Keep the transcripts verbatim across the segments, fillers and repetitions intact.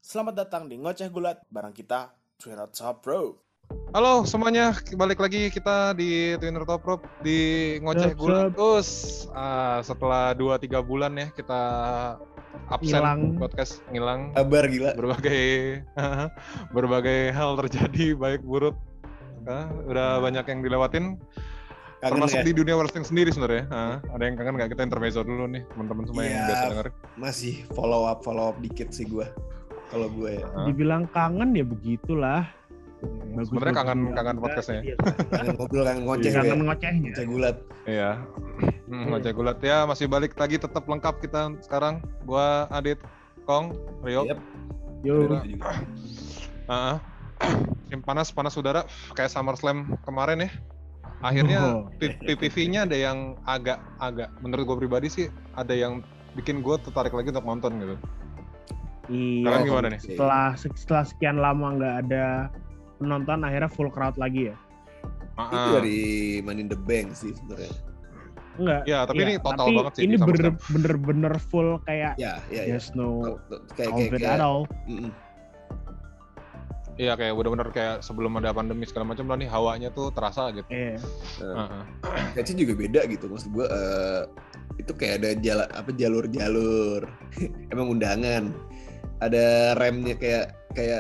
Selamat datang di Ngoceh Gulat bareng kita, Twinner Top Pro. Halo semuanya, balik lagi kita di Twinner Top Pro di Ngoceh Sup, Gulat. sup. Us, ah, setelah dua tiga bulan ya kita absen Ngilang. podcast ngilang. Kabar gila. Berbagai berbagai hal terjadi baik buruk. Ah, udah banyak yang dilewatin. Kangen Termasuk ya? di dunia wrestling sendiri sebenarnya. Ah, ada yang kangen nggak? Kita intermezzo dulu nih teman-teman semua yang Iya. biasa denger. Masih follow up follow up dikit sih gue. Kalau gue ya. Ah. Dibilang kangen ya begitulah. Bagus, Sebenarnya bagus kangen juga. kangen podcastnya. Iya, Kangen ngobrol, kangen ngoceh ya. kangen ngocehnya. Ngoceh Gulat. Iya. Hmm, Ngoceh Gulat ya masih balik lagi tetap lengkap kita sekarang. Gua Adit, Kong, Rio. Yep. Yo. Ada juga. Ah, yang panas panas udara kayak SummerSlam kemarin ya. Akhirnya Oh. P- PPV-nya ada yang agak-agak menurut gue pribadi sih ada yang bikin gue tertarik lagi untuk nonton gitu. Iya. Kalian gimana nih? Setelah setelah sekian lama nggak ada penonton, akhirnya full crowd lagi ya. Ah, Itu ah. dari Money in the Bank sih sebenarnya. Enggak. Ya, tapi iya, ini total tapi banget sih Ini di bener, SummerSlam. bener-bener full kayak Ya, ya, ya. there's no Kayak kayak COVID kayak. at all. Mm-mm. Iya kayak bener-bener kayak sebelum ada pandemi segala macam lah nih hawanya tuh terasa gitu. Iya. Ah, ah. Kayaknya juga beda gitu maksud gue. eh, itu kayak ada jalan apa jalur-jalur. Emang undangan. Ada remnya kayak kayak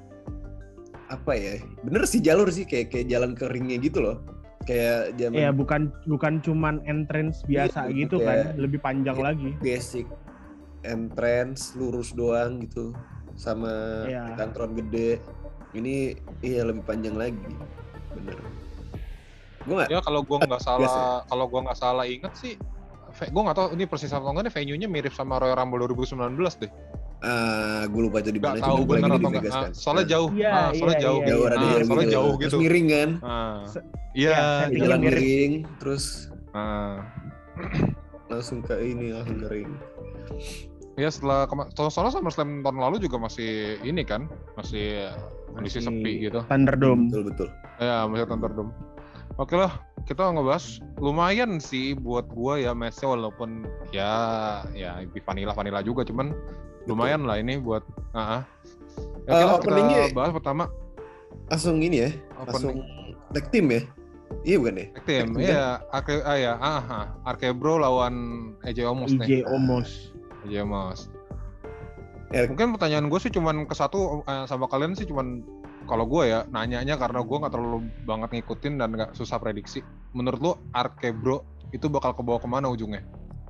apa ya? Bener sih jalur sih kayak kayak jalan ke ringnya gitu loh. Kayak zaman Iya, bukan bukan cuman entrance biasa Iya, gitu kayak- kan, lebih panjang Iya. lagi. basic entrance lurus doang gitu sama Iya. kantron gede. Ini iya lebih panjang lagi. Bener. Gue nggak Ya kalau gua nggak Biasa salah kalau gua nggak salah inget sih ve- gua nggak tahu ini persis atau enggak nih venue-nya mirip sama Royal Rumble dua ribu sembilan belas deh. ah gue lupa itu di mana Nggak tahu cuma gue lagi bener di atau enggak. Vegas Ah, kan. soalnya Nah, jauh. Iya, Ah, soalnya iya, jauh. iya, jauh iya. ada Ah, jauh soalnya gitu. jauh Terus gitu. miring kan. Ah. Se- Iya, Iya, jadi Jalan mirip. miring terus ah. langsung ke ini langsung ke ring. Ya setelah kema- soalnya SummerSlam tahun lalu juga masih ini kan, masih kondisi Masih sepi gitu. Thunderdome. Betul betul. Ya masih Thunderdome. Oke lah, kita ngebahas lumayan sih buat gua ya match-nya walaupun ya ya vanilla vanilla juga cuman lumayan lah ini buat ah. ah. Ya, Eh, oke lah, openingnya- kita bahas pertama Langsung ini ya. Langsung opening tag team ya. Iya bukan ya? tag team. Tag team, Iya, Arke ah ya, ah, ah. Arke-Bro lawan A J Omos I nih. J Omos. A J Omos. Ya, Mungkin pertanyaan gue sih cuman ke satu eh, sama kalian sih cuman kalau gue ya nanyanya karena gue nggak terlalu banget ngikutin dan nggak susah prediksi. Menurut lu Arke-Bro itu bakal kebawa kemana ujungnya?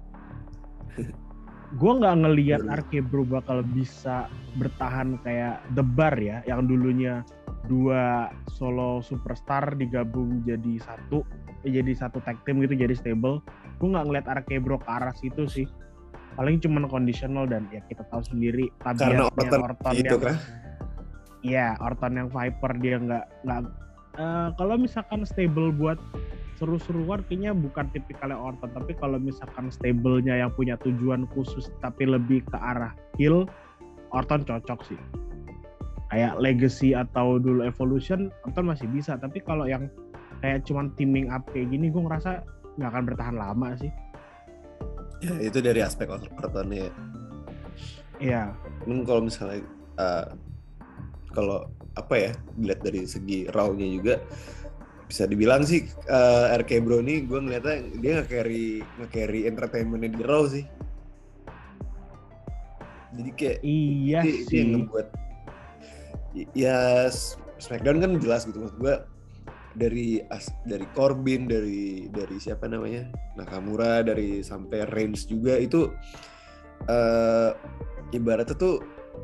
Gue nggak ngelihat Bener. Arke-Bro bakal bisa bertahan kayak The Bar ya, yang dulunya dua solo superstar digabung jadi satu, eh, jadi satu tag team gitu, jadi stable. Gue nggak ngeliat Arke-Bro ke arah situ sih. Paling cuman conditional dan ya kita tahu sendiri karena tabiatnya Orton Orton gitu yang kan. Iya, Orton yang Viper dia nggak nggak eh, kalau misalkan stable buat seru-seruan kayaknya bukan tipikalnya Orton, tapi kalau misalkan stable-nya yang punya tujuan khusus tapi lebih ke arah heel, Orton cocok sih. Kayak Legacy atau dulu Evolution, Orton masih bisa, tapi kalau yang kayak cuman teaming up kayak gini gue ngerasa nggak akan bertahan lama sih. Ya, itu dari aspek Ortonnya. Iya. Memang kalau misalnya uh, kalau apa ya dilihat dari segi raw-nya juga bisa dibilang sih uh, R K Bro ini gue ngeliatnya dia nge-carry nge-carry entertainment-nya di raw sih. Jadi kayak Iya dia, dia sih. yang ngebuat ya Smackdown kan jelas gitu maksud gue dari as, dari Corbin dari dari siapa namanya Nakamura dari sampai Reigns juga itu uh, ibaratnya tuh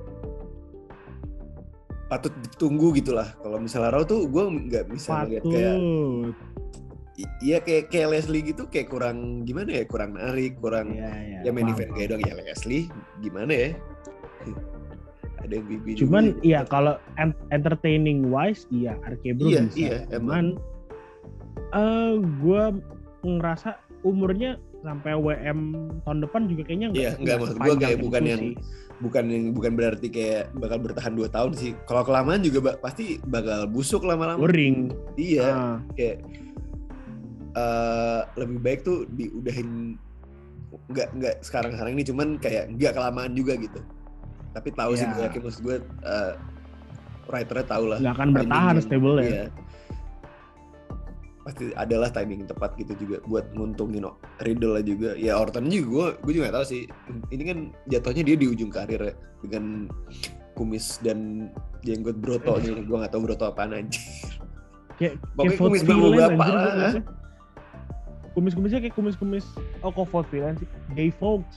patut ditunggu gitulah. Kalau misalnya Raw tuh gue nggak bisa ngeliat kayak Patut. iya kayak kayak Leslie gitu kayak kurang gimana ya kurang menarik kurang Iya, iya. ya main Paham, event paham. kayak dong ya Leslie gimana ya ada yang bibi Cuman juga. iya kalau en- entertaining wise iya Arke-Bro Iya, bisa. iya, Cuman eh gue ngerasa umurnya sampai W M tahun depan juga kayaknya nggak Iya, nggak, maksud gua kayak bukan itu yang- sih. bukan yang bukan berarti kayak bakal bertahan dua tahun sih. Kalau kelamaan juga ba- pasti bakal busuk lama-lama. Boring. Iya, Ah, kayak eh, lebih baik tuh diudahin nggak nggak sekarang-sekarang ini cuman kayak nggak kelamaan juga gitu. Tapi tahu sih Iya. gue yakin maksud gue uh, writernya tahu lah. Nggak akan bertahan timing- stable ya. Iya. Pasti adalah timing tepat gitu juga buat nguntungin Riddle lah juga. Ya Orton juga gue gue juga nggak tahu sih. Ini kan jatuhnya dia di ujung karir ya dengan kumis dan jenggot broto nih. Gue nggak tahu broto apaan anjir. Kayak Pokoknya kayak Ford kumis Villain, bapak-bapak anjir, lah. kumisnya. Kumis-kumisnya kayak kumis-kumis oh kok Ford Villain sih. Gay folks.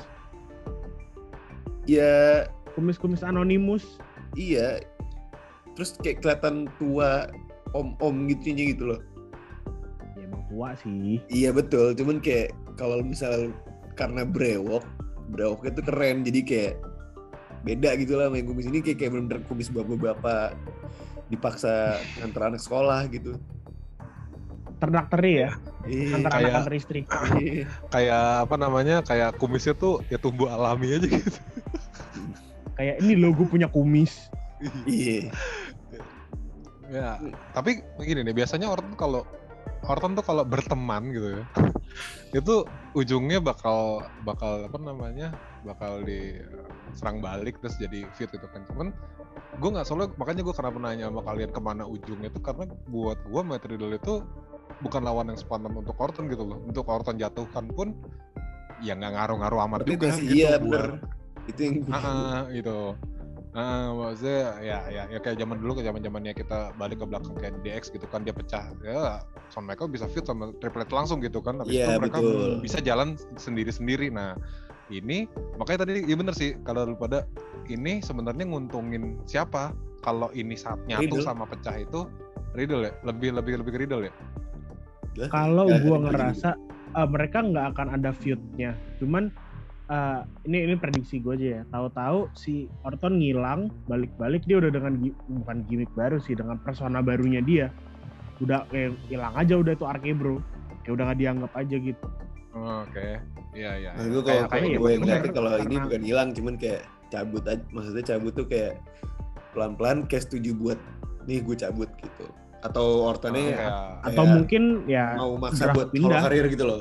Ya Kumis-kumis anonimus. iya. Terus kayak kelihatan tua om-om gitu gitu loh. Ya emang tua sih. Iya betul, cuman kayak kalau misal karena brewok, brewoknya tuh keren, jadi kayak beda gitu lah main kumis ini kayak kayak bener-bener kumis bapak-bapak dipaksa antar anak sekolah gitu. Ternak teri ya. Iya, Antara kayak- anak antar istri. iya. Kayak apa namanya? Kayak kumisnya tuh ya tumbuh alami aja gitu. Kayak ini loh gue punya kumis. Iya. Ya, tapi begini nih, biasanya Orton kalau Orton tuh kalau berteman gitu ya, itu ujungnya bakal bakal apa namanya, bakal diserang balik terus jadi fit gitu kan. Cuman gue nggak selalu, makanya gue kenapa nanya sama kalian kemana ujungnya tuh karena buat gue Matt Riddle itu bukan lawan yang sepantas untuk Orton gitu loh. Untuk Orton jatuhkan pun ya nggak ngaruh-ngaruh amat Berarti juga masih gitu iya buat- bener. Itu yang Ah, ah, gitu. Ah, maksudnya ya ya ya kayak zaman dulu, ke zaman zamannya kita balik ke belakang kayak D X gitu kan, dia pecah. Ya Shawn Michaels bisa fit sama Triple H langsung gitu kan. Habis Iya, itu mereka betul. bisa jalan sendiri-sendiri. Nah, ini makanya tadi ya bener sih kalau lu pada ini sebenarnya nguntungin siapa? Kalau ini saat nyatu Riddle. sama pecah itu Riddle ya, lebih lebih lebih ke Riddle ya. Kalau Ya, gua gitu ngerasa eh, mereka nggak akan ada feud-nya. Cuman eh, ini ini prediksi gue aja ya. Tahu-tahu si Orton ngilang, balik-balik dia udah dengan gi- bukan gimmick baru sih, dengan persona barunya dia. Udah kayak hilang aja udah itu R K Bro. Kayak udah nggak dianggap aja gitu. Oh, Oke, iya iya. Nah, gue kalau Kayak- kalau kayak gue ya ngeliatnya bener, kalau ini karena- bukan hilang, cuman kayak cabut aja. Maksudnya cabut tuh kayak pelan-pelan kayak setuju buat nih gue cabut gitu. Atau Ortonnya kayak Atau kayak mungkin ya mau maksa draft buat pindah. hall karir gitu loh.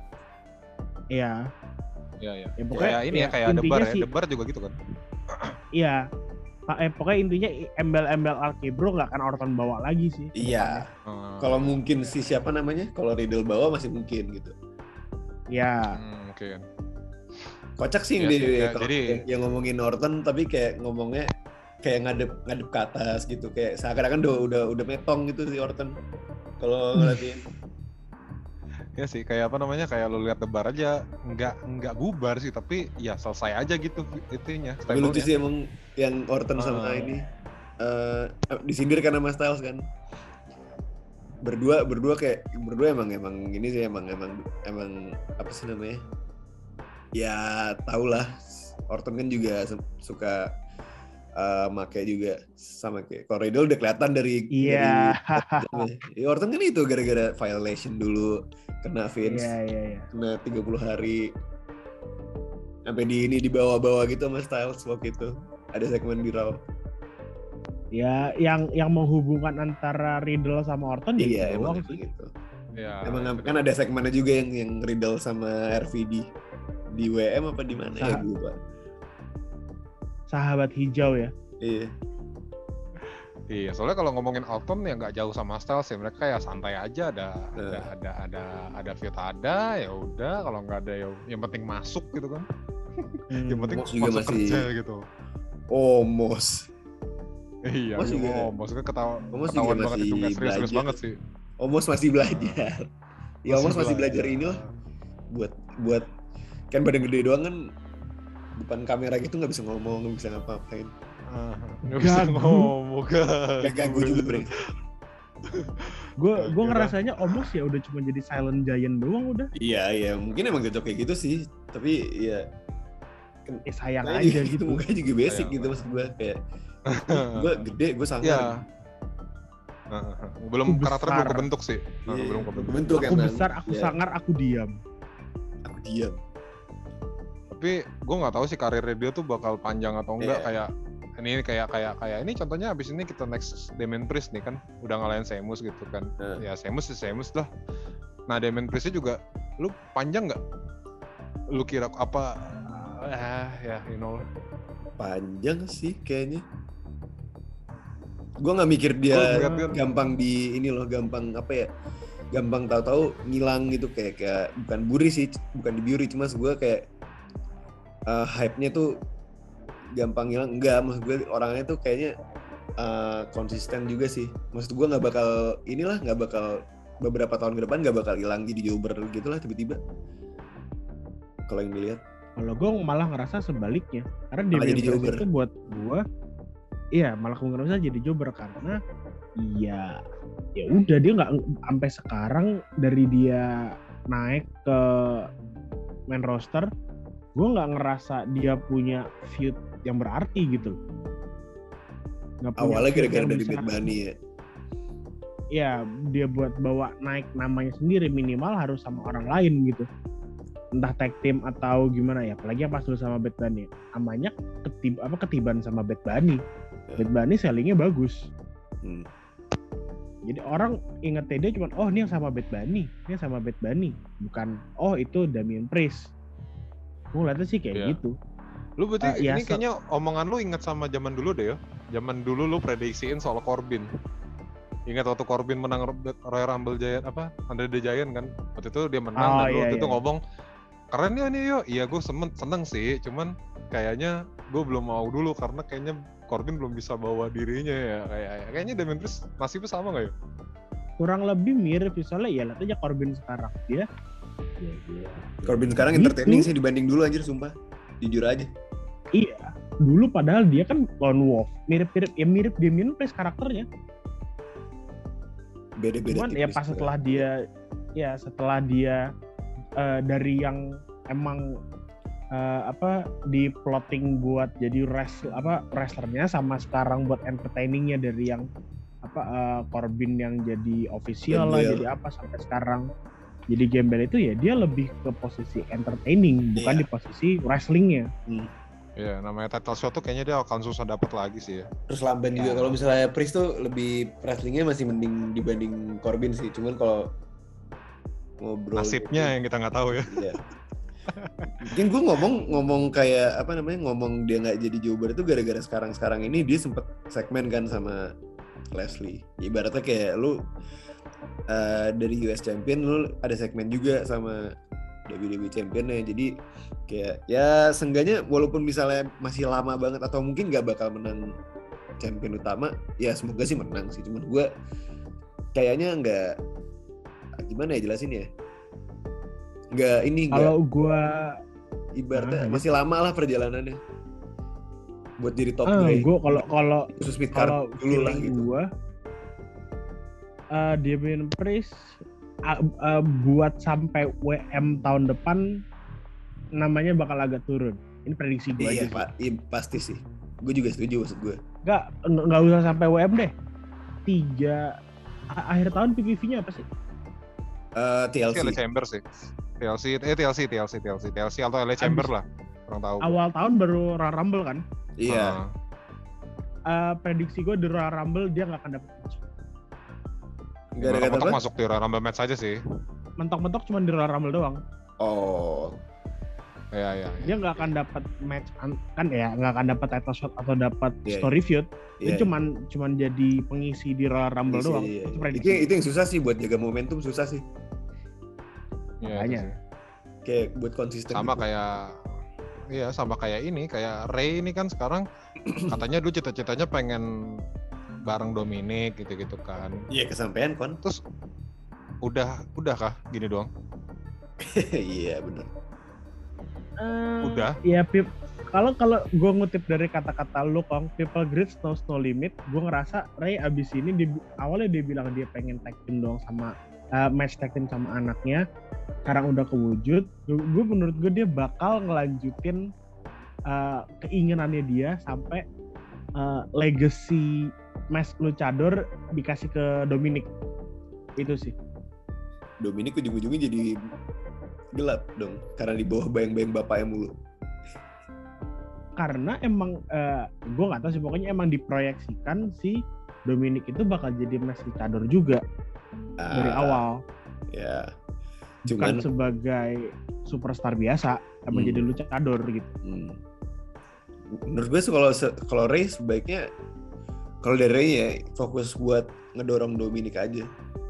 ya ya ya. Ya, pokoknya Kayak ini ya, ya, kayak intinya Debar ya. sih- Debar juga gitu kan. iya. Pa- Eh, pokoknya intinya embel-embel R K Bro nggak akan Orton bawa lagi sih. Iya. Hmm. Kalau mungkin si siapa namanya? Kalau Riddle bawa masih mungkin gitu. Ya. Hmm, oke. Kocak sih Iya yang sih, dia kayak kalau jadi- yang- yang ngomongin Orton tapi kayak ngomongnya kayak ngadep ngadep ke atas gitu, kayak seakan-akan udah udah udah metong gitu si Orton kalau ngeliatin. Ya sih, kayak apa namanya, kayak lu lihat Debar aja nggak nggak bubar sih, tapi ya selesai aja gitu itunya. Tapi lucu stable-nya. sih emang yang Orton sama Ah. ini eh disindir karena Mas Styles kan. Berdua berdua kayak berdua emang emang ini sih emang emang emang apa sih namanya? Ya tau lah, Orton kan juga se- suka eh make juga sama kayak kalau Riddle udah kelihatan dari Iya. dari ya, Orton kan itu gara-gara violation dulu kena Vince, Iya, iya, iya. kena tiga puluh hari sampai di ini dibawa-bawa gitu sama Styles waktu itu ada segmen di Raw. Ya, yang yang menghubungkan antara Riddle sama Orton ya Iya itu emang doang sih. gitu. Ya, Emang kan ada segmennya juga yang yang Riddle sama R V D di W M apa di mana ya Sah- gue lupa. Sahabat hijau ya. Iya. Iya, soalnya kalau ngomongin Orton ya nggak jauh sama Styles ya, mereka ya santai aja, ada Nah. ada ada ada ada feud ada, ya udah, kalau nggak ada ya yang penting masuk gitu kan, Hmm. yang penting Moss juga masuk masih- kerja gitu. Omos. Iya, Moss juga- oh, maksudnya ketawa, Moss juga ketahuan banget masih itu nggak serius-serius belajar. banget sih. Omos masih belajar. Ya Omos masih belajar ini loh buat buat kan badan gede doang kan, depan kamera gitu nggak bisa ngomong, nggak bisa ngapa-ngapain. Ah, nggak bisa Gagu. ngomong kan. Gak ganggu juga bre. Gue gue Oke, ngerasanya Omos ya udah cuma jadi silent giant doang udah. Iya iya mungkin emang cocok kayak gitu sih, tapi ya Eh sayang mukanya aja juga, gitu. mukanya juga basic Sayang gitu banget. maksud gue kayak gue gede gue Ya. sangar. Ah, ah, belum Aku karakternya belum besar. kebentuk sih. Ah, Iya, belum kebentuk. kebentuk Aku emang. besar, aku Iya, sangar, aku diam. aku diam. Tapi gue nggak tahu sih karirnya dia tuh bakal panjang atau enggak. Iya. Kayak ini kayak kayak kayak ini contohnya abis ini kita next Damien Priest nih kan udah ngalahin Sheamus gitu kan. Nah. Ya Sheamus sih Sheamus lah. Nah Damien Priestnya juga lu panjang nggak? Lu kira apa? Ah ya you know. panjang sih kayaknya. Gue nggak mikir dia Gua- gampang di ini loh, gampang apa ya, gampang tahu-tahu ngilang gitu, kayak kayak bukan buri sih, bukan di Buri, cuma gue kayak uh, hype-nya tuh gampang hilang. Enggak, maksud gue orangnya tuh kayaknya uh, konsisten juga sih. Maksud gue nggak bakal inilah, nggak bakal beberapa tahun ke depan nggak bakal hilang jadi jobber gitu lah tiba-tiba. Kalau yang dilihat. Kalau gue malah ngerasa sebaliknya, karena Malah Damien jadi Priest jobber. itu buat gue, iya malah gue ngerasa jadi jobber karena ya ya udah dia nggak sampai sekarang dari dia naik ke main roster, gue nggak ngerasa dia punya feud yang berarti gitu. Nggak punya Awalnya feud gara-gara yang dari bisa- Bad Bunny ya. Ya dia buat bawa naik namanya sendiri, minimal harus sama orang lain gitu, entah tag team atau gimana ya, apalagi yang pas dulu sama Bad Bunny namanya ketib apa ketiban sama Bad Bunny. Bad Bunny sellingnya bagus, Hmm. jadi orang inget dia cuma oh ini yang sama Bad Bunny, ini yang sama Bad Bunny, bukan oh itu Damien Priest. Gue ngeliatnya sih kayak Iya. gitu. Lu berarti Uh, ya, ini so- kayaknya omongan lu inget sama zaman dulu deh ya. Zaman dulu lu prediksiin soal Corbin. Ingat waktu Corbin menang Royal Rumble Giant apa? Andre the Giant kan. Waktu itu dia menang Oh, dan lu iya, waktu itu iya. ngomong keren ya nih yo. Iya gue seneng, seneng sih. Cuman kayaknya gue belum mau dulu karena kayaknya Corbin belum bisa bawa dirinya ya. Kayak kayaknya Damien Priest nasibnya sama nggak ya? Kurang lebih mirip soalnya ya lihat aja Corbin sekarang dia. Ya, dia Corbin sekarang Gitu. entertaining sih dibanding dulu anjir, sumpah. Jujur aja. iya. Dulu padahal dia kan lone wolf, mirip-mirip ya mirip Damien Priest karakternya. Beda-beda Cuman ya tipis pas juga. setelah dia ya setelah dia eh, dari yang emang eh, apa di plotting buat jadi wrestler apa wrestlernya sama sekarang buat entertainingnya dari yang apa eh, Corbin yang jadi official lah, Gembel. jadi apa sampai sekarang jadi gembel, itu ya dia lebih ke posisi entertaining bukan Iya. di posisi wrestlingnya. Iya, namanya title shot tuh kayaknya dia akan susah dapat lagi sih ya. Terus lamban juga, Ya. kalau misalnya Priest tuh lebih wrestlingnya masih mending dibanding Corbin sih, cuman kalau ngobrol Nasibnya yang kita nggak tahu ya. iya. Mungkin gue ngomong ngomong kayak apa namanya ngomong dia nggak jadi jobber itu gara-gara sekarang sekarang ini dia sempet segmen kan sama Leslie. Ibaratnya kayak lu uh, dari U S Champion lu ada segmen juga sama W W E Championnya, jadi kayak ya seenggaknya walaupun misalnya masih lama banget atau mungkin nggak bakal menang champion utama, ya semoga sih menang sih. Cuman gue kayaknya nggak, gimana ya jelasin ya, nggak ini nggak Kalau gua ibaratnya Ah, masih lama lah perjalanannya buat jadi top ah, grade. gua kalau kalau Khusus mid card kalau dulu lah feeling gitu. gua uh, Damien Priest uh, uh, buat sampai W M tahun depan namanya bakal agak turun. Ini prediksi gua Iya, aja. Pak, iya, pasti sih. Gue juga setuju maksud gue. Enggak enggak usah sampai W M deh. Tiga a- akhir tahun P P V-nya apa sih? Eh, T L C. L A Chamber sih. T L C, eh T L C, T L C, T L C, T L C atau L A Chamber Abis- lah. Kurang tahu. Awal tahun baru Royal Rumble kan? Iya. Ah. Uh, prediksi gue di Royal Rumble dia nggak akan dapet match. Gak ada kata Mentok-mentok apa? masuk di Royal Rumble match aja sih. Mentok-mentok cuma di Royal Rumble doang. Oh, Iya, iya. iya. Dia nggak akan dapat match an- kan ya, nggak akan dapat title shot atau dapat Iya, story feud. iya. Dia cuman cuman jadi pengisi di Royal Rumble Iya, doang. iya, iya. Itu Itu, prediksi. itu yang susah sih buat jaga momentum, susah sih. Iya, Makanya. itu sih. Kayak buat konsisten. Sama gitu. kayak iya, sama kayak ini, kayak Ray ini kan sekarang katanya dulu cita-citanya pengen bareng Dominic gitu-gitu kan. Iya, kesampaian kon. Terus udah udah kah gini doang? Iya, benar. Eh, Udah. Ya Pip, kalau kalau gue ngutip dari kata-kata lu Kong, people great no no limit, gue ngerasa Ray abis ini di, awalnya dia bilang dia pengen tag team doang sama uh, match tag team sama anaknya, sekarang udah kewujud. Gue menurut gue dia bakal ngelanjutin uh, keinginannya dia sampai uh, legacy match luchador dikasih ke Dominic. Itu sih. Dominic ujung-ujungnya jadi gelap dong karena di bawah bayang-bayang bapaknya mulu. Karena emang uh, gue nggak tahu sih, pokoknya emang diproyeksikan si Dominic itu bakal jadi match luchador juga dari Ah, awal, Ya. bukan Cuman sebagai superstar biasa, emang Hmm. jadi luchador gitu. hmm, menurut gue sih kalau kalau Ray sebaiknya kalau dari Ray ya fokus buat ngedorong Dominic aja.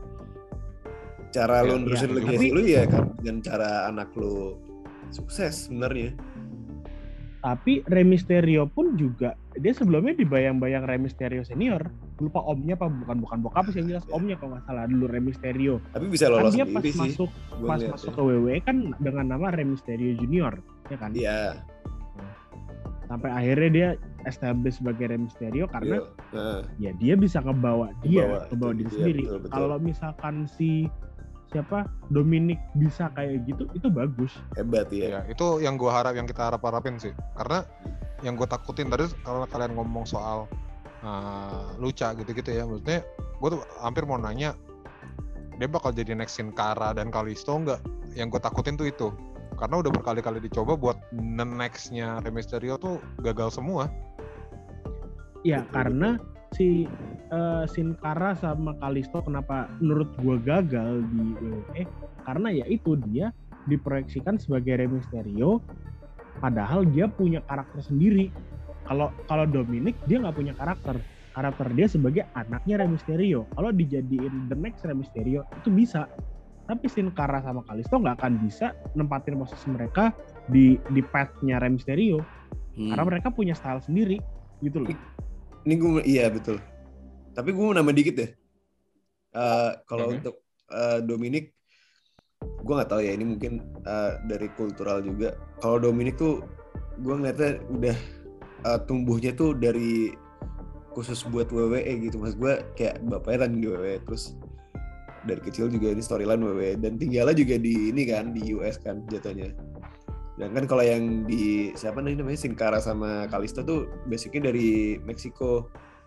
Cara Ya, lu nerusin ya, legacy tapi- lu ya kan dengan cara anak lu sukses sebenarnya. Tapi Rey Mysterio pun juga dia sebelumnya dibayang-bayang Rey Mysterio senior. Lupa omnya apa bukan bukan bokap sih, yang jelas omnya kalau nggak salah dulu Rey Mysterio. Tapi bisa Kan lolos dia pas sendiri sih. masuk Gua pas ngeliat masuk ya. ke W W E kan dengan nama Rey Mysterio Junior, ya kan? Iya. Sampai akhirnya dia establish sebagai Rey Mysterio karena Iya. Nah, ya dia bisa ngebawa dia, Ngebawa, ngebawa itu diri dia, sendiri. betul, betul. Kalau misalkan si siapa Dominic bisa kayak gitu, itu bagus. hebat ya. Ya, itu yang gue harap, yang kita harap-harapin sih. Karena yang gue takutin tadi kalau kalian ngomong soal uh, luca gitu-gitu ya, maksudnya gue tuh hampir mau nanya dia bakal jadi next Sin Cara dan Kalisto nggak? Yang gue takutin tuh itu, karena udah berkali-kali dicoba buat next-nya Rey Mysterio tuh gagal semua. Ya Betul, karena si uh, Sin Cara sama Kalisto kenapa menurut gua gagal di W W E, karena ya itu dia diproyeksikan sebagai Rey Mysterio padahal dia punya karakter sendiri. Kalau kalau Dominic dia nggak punya karakter. Karakter dia sebagai anaknya Rey Mysterio. Kalau dijadiin the next Rey Mysterio itu bisa. Tapi Sin Cara sama Kalisto nggak akan bisa nempatin posisi mereka di di path-nya Rey Mysterio Hmm. karena mereka punya style sendiri gitu loh. Ini gue iya betul. Tapi gue mau nambah dikit deh. Uh, kalau Mhm. untuk uh, Dominic, gue nggak tahu ya. Ini mungkin uh, dari kultural juga. Kalau Dominic tuh, gue ngeliatnya udah uh, tumbuhnya tuh dari khusus buat W W E gitu. Mas gue kayak bapaknya kan di W W E, terus dari kecil juga ini storyline W W E dan tinggalnya juga di ini kan di U S kan jatuhnya. Dan kan kalau yang di siapa nih namanya Sin Cara sama Kalisto tuh basicnya dari Meksiko.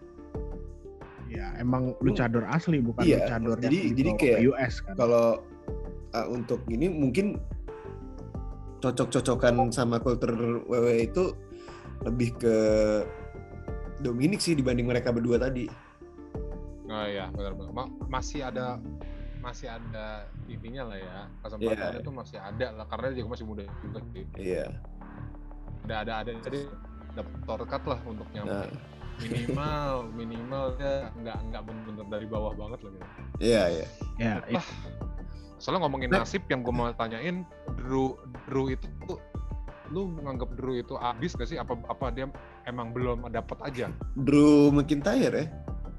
Ya emang luchador asli bukan Iya, luchador jadi- yang jadi dibawa kayak ke U S kan. Kalau uh, untuk ini mungkin cocok-cocokan sama kultur W W E itu lebih ke Dominic sih dibanding mereka berdua tadi. Oh iya, benar-benar. Ma- masih ada masih ada intinya lah ya, kesempatannya Iya. tuh masih ada lah, karena dia juga masih muda juga sih. Iya. Ada ada ada jadi dapat shortcut lah untuk nyampe. Nah, Minimal minimal dia nggak nggak bener-bener dari bawah banget lah gitu. iya iya. Ya Ah, soalnya ngomongin Nah. nasib, yang gue mau tanyain, Drew Drew itu tuh, lu nganggap Drew itu abis gak sih? Apa apa dia emang belum dapet aja? Drew McIntyre ya.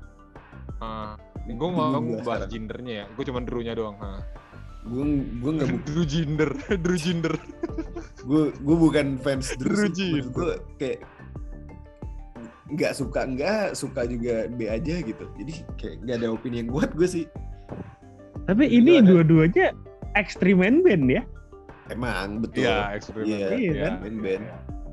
Uh, gue Bingung mau gua bahas sekarang. gendernya ya, gue cuma Drew-nya doang. Nah. Gue gue nggak bu- Drew gender, Drew gender. gue gue bukan fans Drew Drew sih. G. Gue kayak nggak suka nggak suka juga B aja gitu. Jadi kayak nggak ada opini yang kuat gue sih. tapi Jadi ini ada- dua-duanya Extreme Man Band ya. Emang betul. Iya, eksperimen. Iya, iya kan? band-band.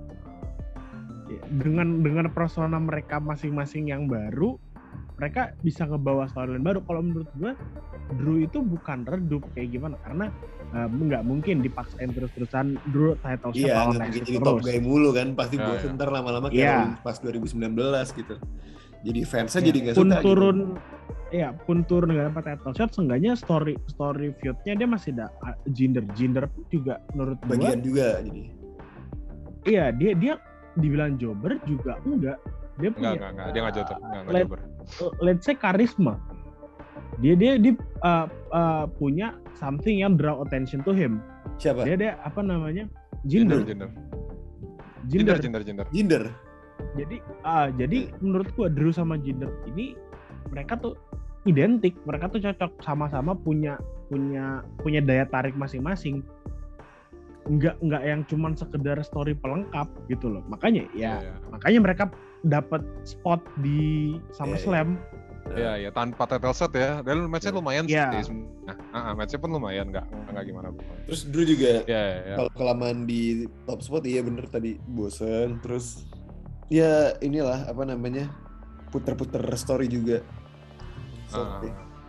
Ya, Dengan dengan persona mereka masing-masing yang baru, mereka bisa ngebawa storyline baru. Kalau menurut gua Drew itu bukan redup kayak gimana, karena um, nggak mungkin dipaksain terus-terusan Drew title shot Iya, lawan nggak N X T mungkin jadi top terus. guy mulu kan, pasti Ya, bosen ya. ntar lama-lama kayak Iya. Rollins pas dua ribu sembilan belas gitu. Jadi fansnya Ya, jadi nggak pun suka turun, gitu. ya pun turun nggak dapat title shot, seenggaknya story story feud-nya dia masih ada. Jinder Jinder pun juga menurut gua, Bagian juga jadi. iya dia dia dibilang jobber juga enggak. Dia Enggak, punya, enggak, enggak, dia enggak jodoh, enggak, enggak let- jober. let's say karisma. Dia dia dia uh, uh, punya something yang draw attention to him. Siapa? Dia dia apa namanya? Gender, Jinder. gender. Jinder. Gender, gender, gender. Jinder. Jadi ah jadi menurut gua Drew sama Jinder ini mereka tuh identik. Mereka tuh cocok, sama-sama punya punya punya daya tarik masing-masing. Enggak enggak yang cuman sekedar story pelengkap gitu loh. Makanya ya Iya, makanya mereka dapat spot di SummerSlam. iya, iya, tanpa title shot ya. Dan match-nya lumayan Iya. sih sebenarnya. Nah, match-nya pun lumayan, enggak enggak gimana. Terus Drew juga Iya, iya, iya. kalau kelamaan di top spot iya bener tadi bosen. Terus ya inilah apa namanya puter-puter story juga. So, Ah,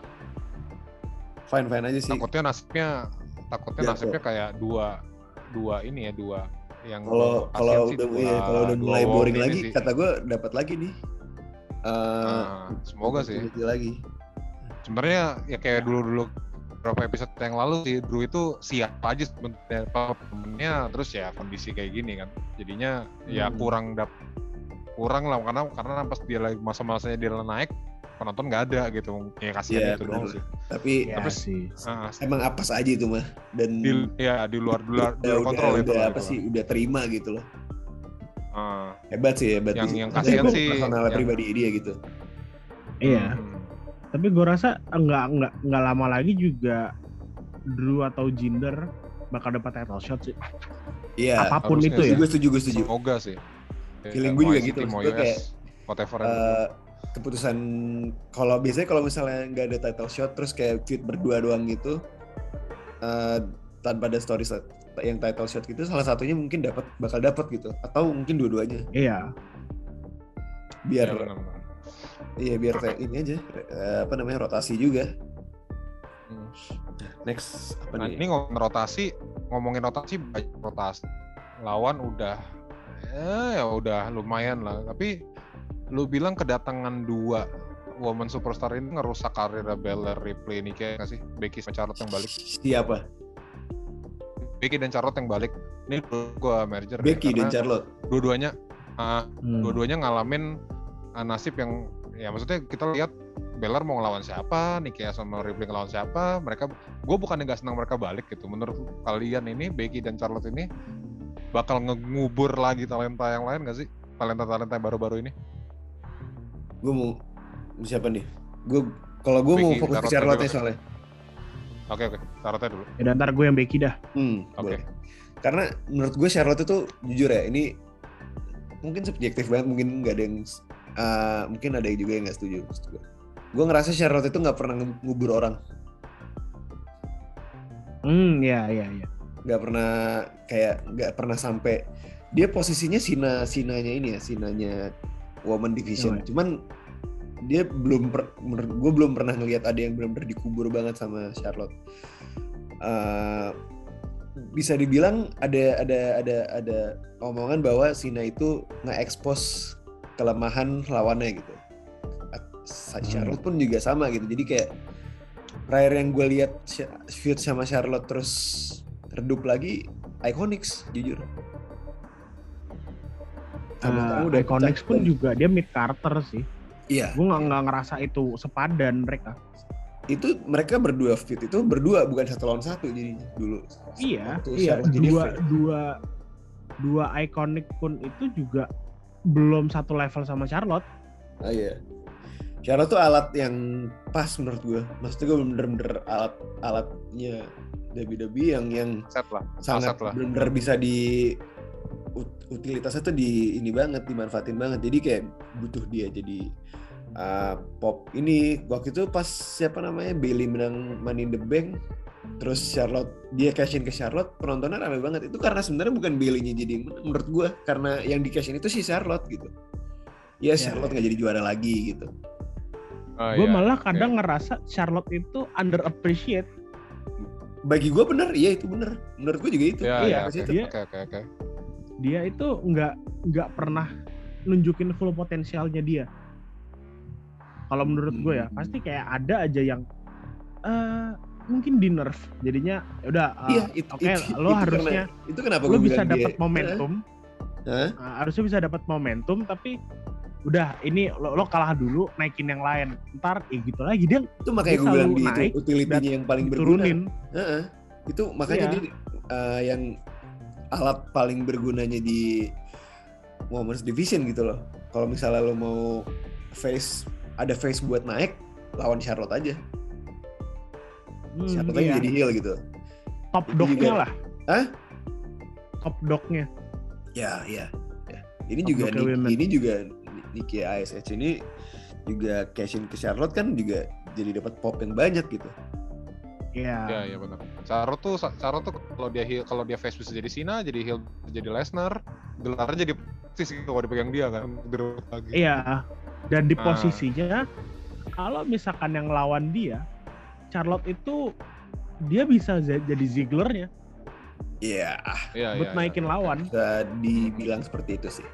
fine fine aja sih. takutnya nasibnya takutnya Ya, nasibnya kayak dua dua ini ya, dua yang Kalau kasihan kalau sih, udah dua- iya, kalau udah dua mulai wow boring ini lagi, sih. kata gue dapat lagi nih. Eh, Ah, semoga sih. opportunity lagi. Sebenarnya ya kayak dulu-dulu beberapa episode yang lalu si Drew itu siap aja sebenarnya temennya, terus ya kondisi kayak gini kan, jadinya ya Hmm. kurang dap kurang lah karena karena pas dia lagi masa-masanya dia naik penonton nggak ada gitu, ya kasihan Iya, itu bener. doang sih. Tapi Ya Tapi sih. Ah, emang apes aja itu mah. Dan di ya di luar di luar, di udah, luar kontrol udah, itu udah lah, apa itu sih, udah terima gitu loh. lah. Ah, Hebat sih, hebat. Yang- sih. yang Tapi kasihan gua sih, personal yang- pribadi dia gitu. Iya. hmm. Tapi gue rasa nggak nggak nggak lama lagi juga Drew atau Jinder bakal dapat title shot sih. Iya. Apapun harusnya itu sih. ya. Gue setuju, gue setuju. Semoga sih. Feeling Ya, gue juga mau I C T, gitu, mau maksud gue U S, kayak, whatever. Eh, keputusan kalau biasanya kalau misalnya nggak ada title shot terus kayak feud berdua doang gitu, eh, tanpa ada story set- yang title shot gitu, salah satunya mungkin dapat bakal dapat gitu, atau mungkin dua-duanya, Iya. biar Ya, benar-benar. iya biar kayak ini aja, eh, apa namanya, rotasi juga. Hmm. Next apa Nah, nih? ini ngomongin rotasi, ngomongin rotasi banyak rotasi. Lawan udah, eh, ya udah lumayan lah. Tapi lu bilang kedatangan dua woman superstar ini ngerusak karir Bella Ripley ini kayak nggak sih? Becky sama Charlotte yang balik. Siapa? Becky dan Charlotte yang balik. Ini menurut gua merger. Becky ya, dan karena Charlotte. Dua-duanya, ah, Hmm. dua-duanya ngalamin ah, nasib yang, ya maksudnya kita lihat Bella mau ngelawan siapa, Nikia sama Ripley ngelawan siapa, mereka, gue bukan nggak senang mereka balik gitu. Menurut kalian ini Becky dan Charlotte ini bakal ngubur lagi talenta yang lain nggak sih? Talenta-talenta yang baru-baru ini? Gue mau siapa nih? Gue kalau gue mau Becky, fokus ke Charlotte Charlotte dulu. soalnya. Oke oke, Charlotte dulu. Ya ntar gue yang Becky dah. Hmm, Oke. boleh. Karena menurut gue Charlotte itu jujur ya, ini mungkin subjektif banget, mungkin nggak ada yang, uh, mungkin ada juga yang nggak setuju. setuju. Gue ngerasa Charlotte itu nggak pernah ngubur orang, Hmm, ya ya ya. nggak pernah kayak nggak pernah sampai dia posisinya Sina Sinanya ini ya, Sinanya Woman Division. Iya. Cuman dia belum per, menurut gue belum pernah ngelihat ada yang benar-benar dikubur banget sama Charlotte. Uh, bisa dibilang ada ada ada ada omongan bahwa Sina itu nge-expose kelemahan lawannya gitu. Charlotte pun juga sama gitu. Jadi kayak terakhir yang gue lihat feud sama Charlotte terus redup lagi Iconics, jujur. Uh, udah Iconics pun dan, juga dia mid Carter sih. Iya. Gue nggak nggak ngerasa itu sepadan mereka. Itu mereka berdua feud itu berdua bukan satu lawan satu jadinya dulu. Iya, Waktu iya. Charlotte jadi Dua face. dua dua Iconic pun itu juga belum satu level sama Charlotte. Ah iya. Charlotte tuh alat yang pas menurut gue. Maksudnya gue bener-bener alat alatnya W W E yang yang Set lah, sangat aset lah. bener-bener bisa di ut- utilitasnya tuh di ini banget, dimanfaatin banget. Jadi kayak butuh dia jadi uh, pop. Ini waktu itu pas siapa namanya Bayley menang Money in the Bank, terus Charlotte dia cash in ke Charlotte, penontonnya rame banget. Itu karena sebenarnya bukan Bayley-nya jadi yang menang menurut gue, karena yang di cash in itu si Charlotte gitu. Ya Charlotte nggak jadi juara lagi gitu. Oh, Gue iya. malah kadang ngerasa Charlotte itu underappreciate. Bagi gue bener, iya itu bener. Menurut gue juga itu. Ya, Iya, ya, oke, dia- oke, oke, oke. Dia itu nggak nggak pernah nunjukin full potensialnya dia. Kalau menurut gue ya, Hmm. pasti kayak ada aja yang eh mungkin di nerf. Jadinya udah uh, Iya, itu, oke itu, lo itu harusnya karena, itu kenapa lo gue bisa bilang dapat dia, momentum. Hah? Uh, harusnya bisa dapat momentum tapi udah ini lo, lo kalah dulu naikin yang lain. Ntar ya gitu lagi dia Itu makanya Dia gue bilang selalu di itu naik utility-nya yang paling berguna. turunin. Heeh. Itu makanya Iya. dia uh, yang alat paling bergunanya di Women's Division gitu loh. Kalau misalnya lo mau face ada face buat naik, lawan Charlotte aja. Hmm, Charlotte aja iya. jadi heel gitu. Top Itu dognya juga- lah. Hah? Top dognya. Ya, ya. ya. Ini Top juga dog women. ini juga Nikki A S H ini juga cash in ke Charlotte kan juga jadi dapat pop yang banyak gitu. Iya. Ya, ya benar. Charlotte tuh, Charlotte tuh kalau dia heel, kalau dia face bisa jadi Cena, jadi heel jadi Lesnar, gelarnya jadi sih kalau dipegang dia kan, direbut lagi. Iya. Dan di Ah. posisinya kalau misalkan yang lawan dia, Charlotte itu dia bisa za- jadi Ziggler-nya Iya, Iya, buat iya, naikin iya. lawan. bisa dibilang seperti itu sih.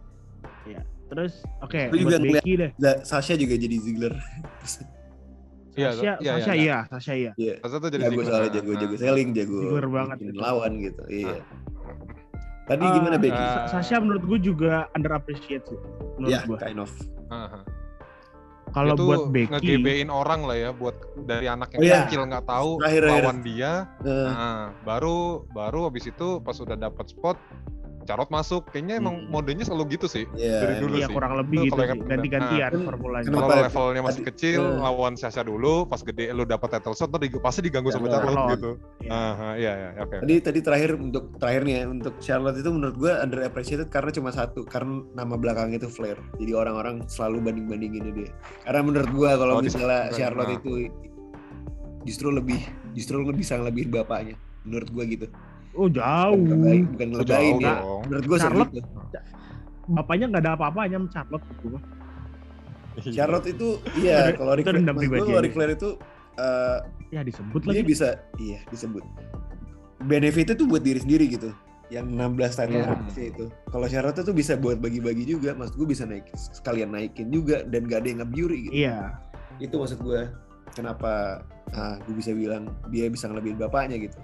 Terus oke Lu juga buat ngeliat- Becky deh. Za- Sasha juga jadi Ziggler. Iya, Sasha, iya, Sasha iya. iya, Sasha iya. Iya. Sasha tuh jadi Jago ziggler. soalnya Nah, jago nah. jago selling, jago Ziggler banget bikin itu. lawan gitu. Iya. Ah. Tadi Eh, gimana Becky? eh, Sa- Sasha menurut gue juga underappreciated sih. Menurut Ya, gue. kind of. Aha. Kalau Itu buat Becky, ngegebein orang lah ya, buat dari anak yang Oh, iya. kecil nggak tahu Terakhir-terakhir. lawan dia. Eh, Nah, baru baru habis itu pas udah dapat spot, Charlotte masuk. Kayaknya emang Hmm. modenya selalu gitu sih. Iya, dari dulu iya sih. kurang lebih Itu gitu kalau sih. ingat bener. Ganti-gantian Nah, formulanya. kenapa- Kalau levelnya masih tadi- kecil, eh. lawan Sasha dulu, pas gede lu dapat title shot, ntar dig- pasti diganggu sama Charlotte. Charlotte Charlotte. gitu. Iya. Aha, iya, iya, oke. Tadi tadi terakhir untuk terakhirnya untuk Charlotte itu menurut gue underappreciated karena cuma satu, karena nama belakangnya itu Flair. Jadi orang-orang selalu banding-bandingin dia. Karena menurut gue kalau Oh, di- misalnya bukan, Charlotte nah. itu justru lebih justru lebih bisa ngelebihin bapaknya. Menurut gue gitu. Oh jauh. Bukan ngelebain, bukan Oh, ngelebain jauh ya. dong. Menurut gue Charlotte gitu. Bapaknya nggak ada apa-apanya sama Charlotte gitu. Iya. Charlotte itu iya Itu- kalau Ric itu Flair, dendam maksud gue pribadi kalau aja. Ric Flair itu eh, Ya disebut dia lagi. bisa iya disebut benefitnya tuh buat diri sendiri gitu yang enam belas title Iya. match itu kalau Charlotte tuh bisa buat bagi-bagi juga maksud gue bisa naik sekalian naikin juga dan gak ada yang nge-bury gitu Iya. itu maksud gue kenapa ah gue bisa bilang dia bisa ngelebihin bapaknya gitu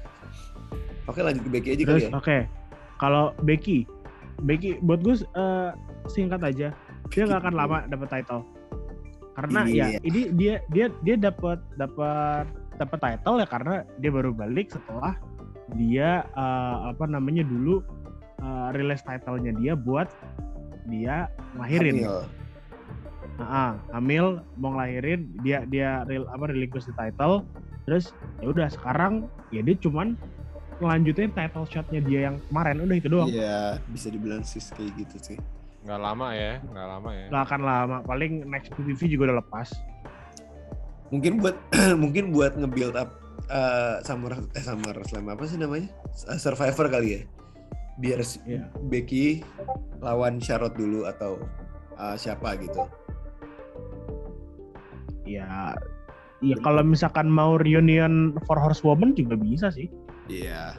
oke lanjut ke Becky aja kali Terus ya oke. Kalau Becky, Becky buat gue eh, singkat aja. Dia nggak akan lama dapat title. Karena Iya. ya ini dia dia dia dapat dapat dapat title ya karena dia baru balik setelah dia eh, apa namanya dulu eh, release title-nya dia buat dia ngelahirin. Hamil. Heeh, hamil mau ngelahirin dia dia real apa relinquish the title terus ya udah sekarang ya dia cuman ngelanjutin title shotnya dia yang kemarin udah itu doang. Iya bisa dibilang sih kayak gitu sih Nggak lama ya, nggak lama ya. Gak akan lama, paling next P P V juga udah lepas. mungkin buat mungkin buat nge-build up uh, Summer eh Summer Slam apa sih namanya Uh, Survivor kali ya biar si- Iya. Becky lawan Charlotte dulu atau uh, siapa gitu Ya, ya kalau misalkan mau reunion Four Horsewoman juga bisa sih. iya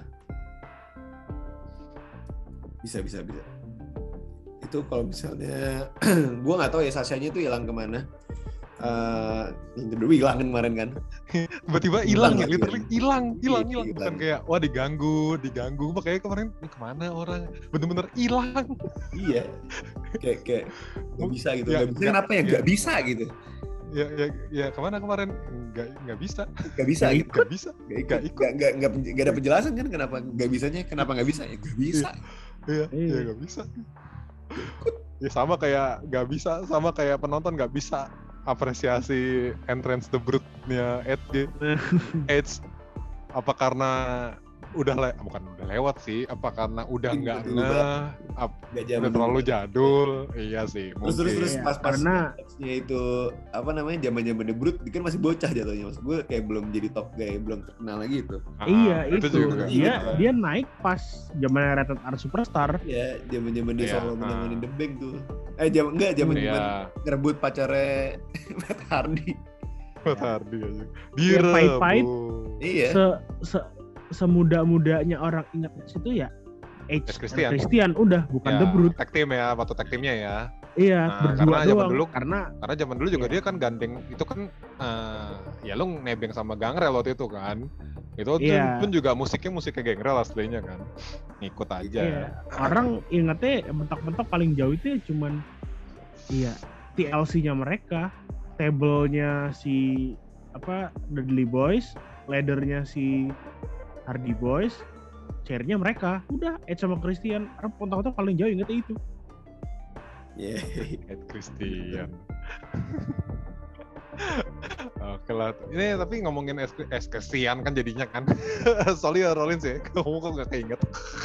bisa bisa bisa itu kalau misalnya gue nggak tahu ya Sasha-nya itu hilang kemana uh, yang kedua hilang kan kemarin kan Tiba-tiba Hilang hilang ya, lagi, literally hilang, hilang, Iya, hilang. Bukan hilang. kayak wah diganggu, diganggu. Makanya kemarin ini kemana orang? Bener-bener hilang. iya kayak kayak nggak bisa gitu Ya, nggak bisa nggak- kenapa ya ya. nggak bisa gitu Ya, ya, ya kemana kemarin? Nggak, nggak bisa, nggak bisa Nggak gitu nggak bisa. Gak ikut, Nggak ikut. gak, gak, gak, gak ada penjelasan kan kenapa gak bisanya, kenapa gak bisa ya gak bisa. Iya, Iya. ya nggak bisa. Ya sama kayak nggak bisa, sama kayak penonton nggak bisa apresiasi entrance the Brute-nya Edge. Edge apa karena udah le bukan udah lewat sih, apa karena udah Mungkin nggak dulu ngeh, ap- Gak udah zaman terlalu dulu. jadul, iya sih. Terus terus mungkin. terus Iya, pas pas karena- match-nya itu apa namanya zaman zaman The Brute, dia kan masih bocah jatuhnya, maksud gue kayak belum jadi top guy, belum terkenal lagi itu. Ah, Iya itu, juga. dia Iya. dia naik pas zaman Rated R Superstar. Ya zaman zaman dia Iya, solo menanganin ah. The Bank tuh. Eh zaman enggak zaman zaman Iya, ngerebut pacarnya Matt Hardy. Matt Hardy aja. Ya, pahit-pahit. Direbut. Iya. Se, se semuda-mudanya orang ingat itu ya Edge Edge dan Christian. Christian udah bukan Ya, The Brute. tag team ya, waktu tag teamnya ya. Iya, Nah, berdua karena zaman doang. dulu- Karena Karena zaman dulu juga Iya. dia kan gandeng, itu kan eh, ya lu nebeng sama Gangrel waktu itu kan. Itu Iya. pun juga musiknya musiknya Gangrel aslinya kan. Ngikut aja. iya, orang ingetnya mentok-mentok paling jauh itu ya cuman iya T L C-nya mereka, table-nya si apa Dudley Boys, ladder-nya si Hardy Boys, chair-nya mereka. Udah Edge sama Christian, orang mentok-mentok paling jauh ingetnya itu. Iya. Ed Christian. Oke lah. Ini tapi ngomongin es, es Christian kan jadinya kan. Sorry ya Rollins ya. Ngomong kok gak keinget.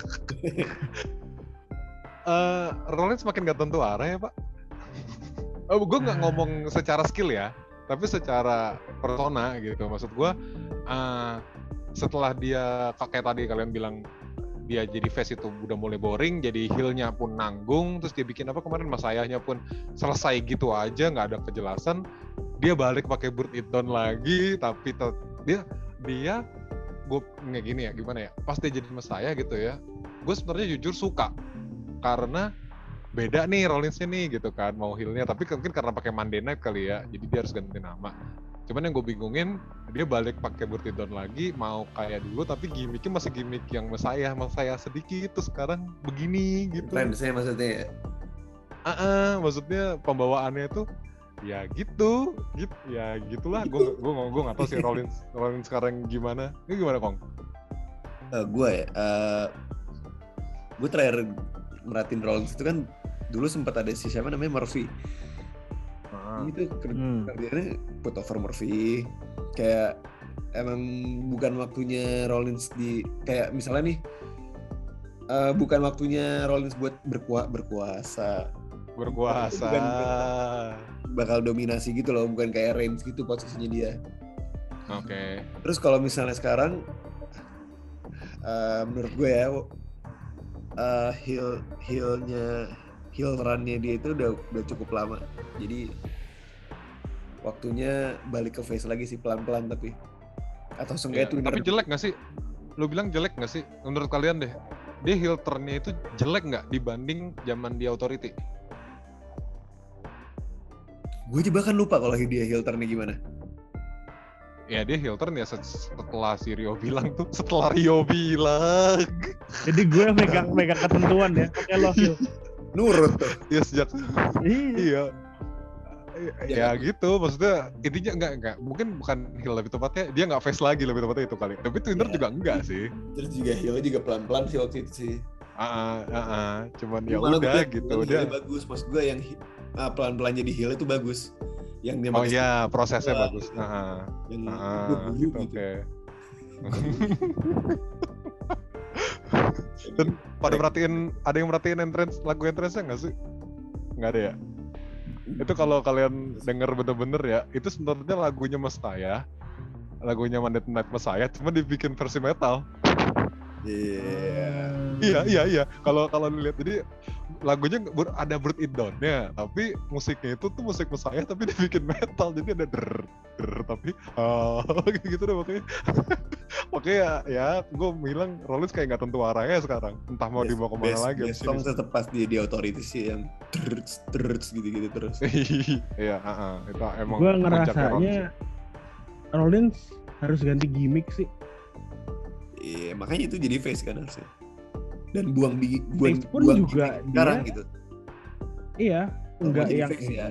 Eh Rollins makin gak tentu arah ya Pak. Oh, gue nggak ngomong secara skill ya, tapi secara persona gitu. Maksud gue, uh, setelah dia kayak tadi kalian bilang dia jadi face itu udah mulai boring, jadi heel-nya pun nanggung, terus dia bikin apa kemarin mas ayahnya pun selesai gitu aja, nggak ada kejelasan. Dia balik pakai Burn It Down lagi, tapi tet- dia dia gue nggak gini ya, gimana ya? Pas dia jadi mas saya gitu ya, gue sebenarnya jujur suka karena beda nih Rollins nih gitu kan, mau heel-nya, tapi mungkin karena pakai Monday Night kali ya, jadi dia harus ganti nama. Cuman yang gue bingungin, dia balik pakai Burtidon lagi, mau kayak dulu, tapi gimmicknya masih gimmick yang Messiah, Messiah sedikit, terus sekarang begini gitu. Trendnya maksudnya ya? Ah, uh-uh, maksudnya pembawaannya itu ya gitu, gitu ya gitulah. Gue gue gue nggak tahu sih Rollins Rollins sekarang gimana. Ini gimana Kong? Uh, gue ya, uh, gue terakhir merhatiin Rollins itu kan dulu sempat ada si siapa namanya Murphy. Ini tuh Hmm. kerjanya put over Murphy, kayak emang bukan waktunya Rollins di kayak misalnya nih uh, bukan waktunya Rollins buat berkuah, berkuasa Berkuasa. bukan bakal dominasi gitu loh, bukan kayak Reigns gitu posisinya dia. Oke. Okay. Terus kalau misalnya sekarang uh, menurut gue ya uh, heel heelnya heel runnya dia itu udah udah cukup lama, jadi waktunya balik ke face lagi sih pelan-pelan tapi atau seenggaknya Ya, twinner. tapi jelek nggak sih? Lu bilang jelek nggak sih? Menurut kalian deh, dia heel turn-nya itu jelek nggak dibanding zaman di Authority? Gue juga kan lupa kalau dia heel turn-nya gimana. Ya dia heel turn ya setelah si Rio bilang tuh, setelah Rio bilang. Jadi gue megang megang ketentuan ya, pakai love you. Nurut tuh. Ya sejak iya. Ya, ya gitu, maksudnya intinya enggak enggak mungkin bukan heel lebih tepatnya, dia nggak face lagi lebih tepatnya itu kali. Tapi Twitter ya juga enggak sih. Terus juga heelnya juga pelan-pelan sih waktu itu sih. Ah, uh, uh, uh, cuman ya Malah udah gue, gitu dia. dia. Bagus, maksud gue yang uh, pelan-pelan jadi heel itu bagus. Yang dia oh iya, prosesnya pelan, bagus. gitu. Uh, yang uh, gitu, gitu, gitu. Oke. Okay. Dan pada perhatiin, ada yang merhatiin entrance, lagu entrance-nya nggak sih? Nggak ada ya? Itu kalau kalian denger bener-bener ya, itu sebenarnya lagunya Messiah, lagunya Monday Night Messiah, cuma dibikin versi metal. Iya. Yeah. Iya iya iya. Kalau kalau dilihat, jadi lagunya ada Break It Down-nya, tapi musiknya itu tuh musik Messiah tapi dibikin metal, jadi ada der der tapi oh gitu deh makanya. Makanya ya, gue bilang Rollins kayak nggak tentu arahnya sekarang, entah mau Best, dibawa kemana best, lagi. Best song tetap pas di, di Authority sih yang terus terus gitu-gitu terus. Iya, uh-uh. Itu emang. Gue ngerasanya Rollins harus ganti gimmick sih. Iya, makanya itu jadi face kan harusnya. Dan buang bigi, buang, face pun buang juga sekarang dia, gitu. Iya, enggak yang ya.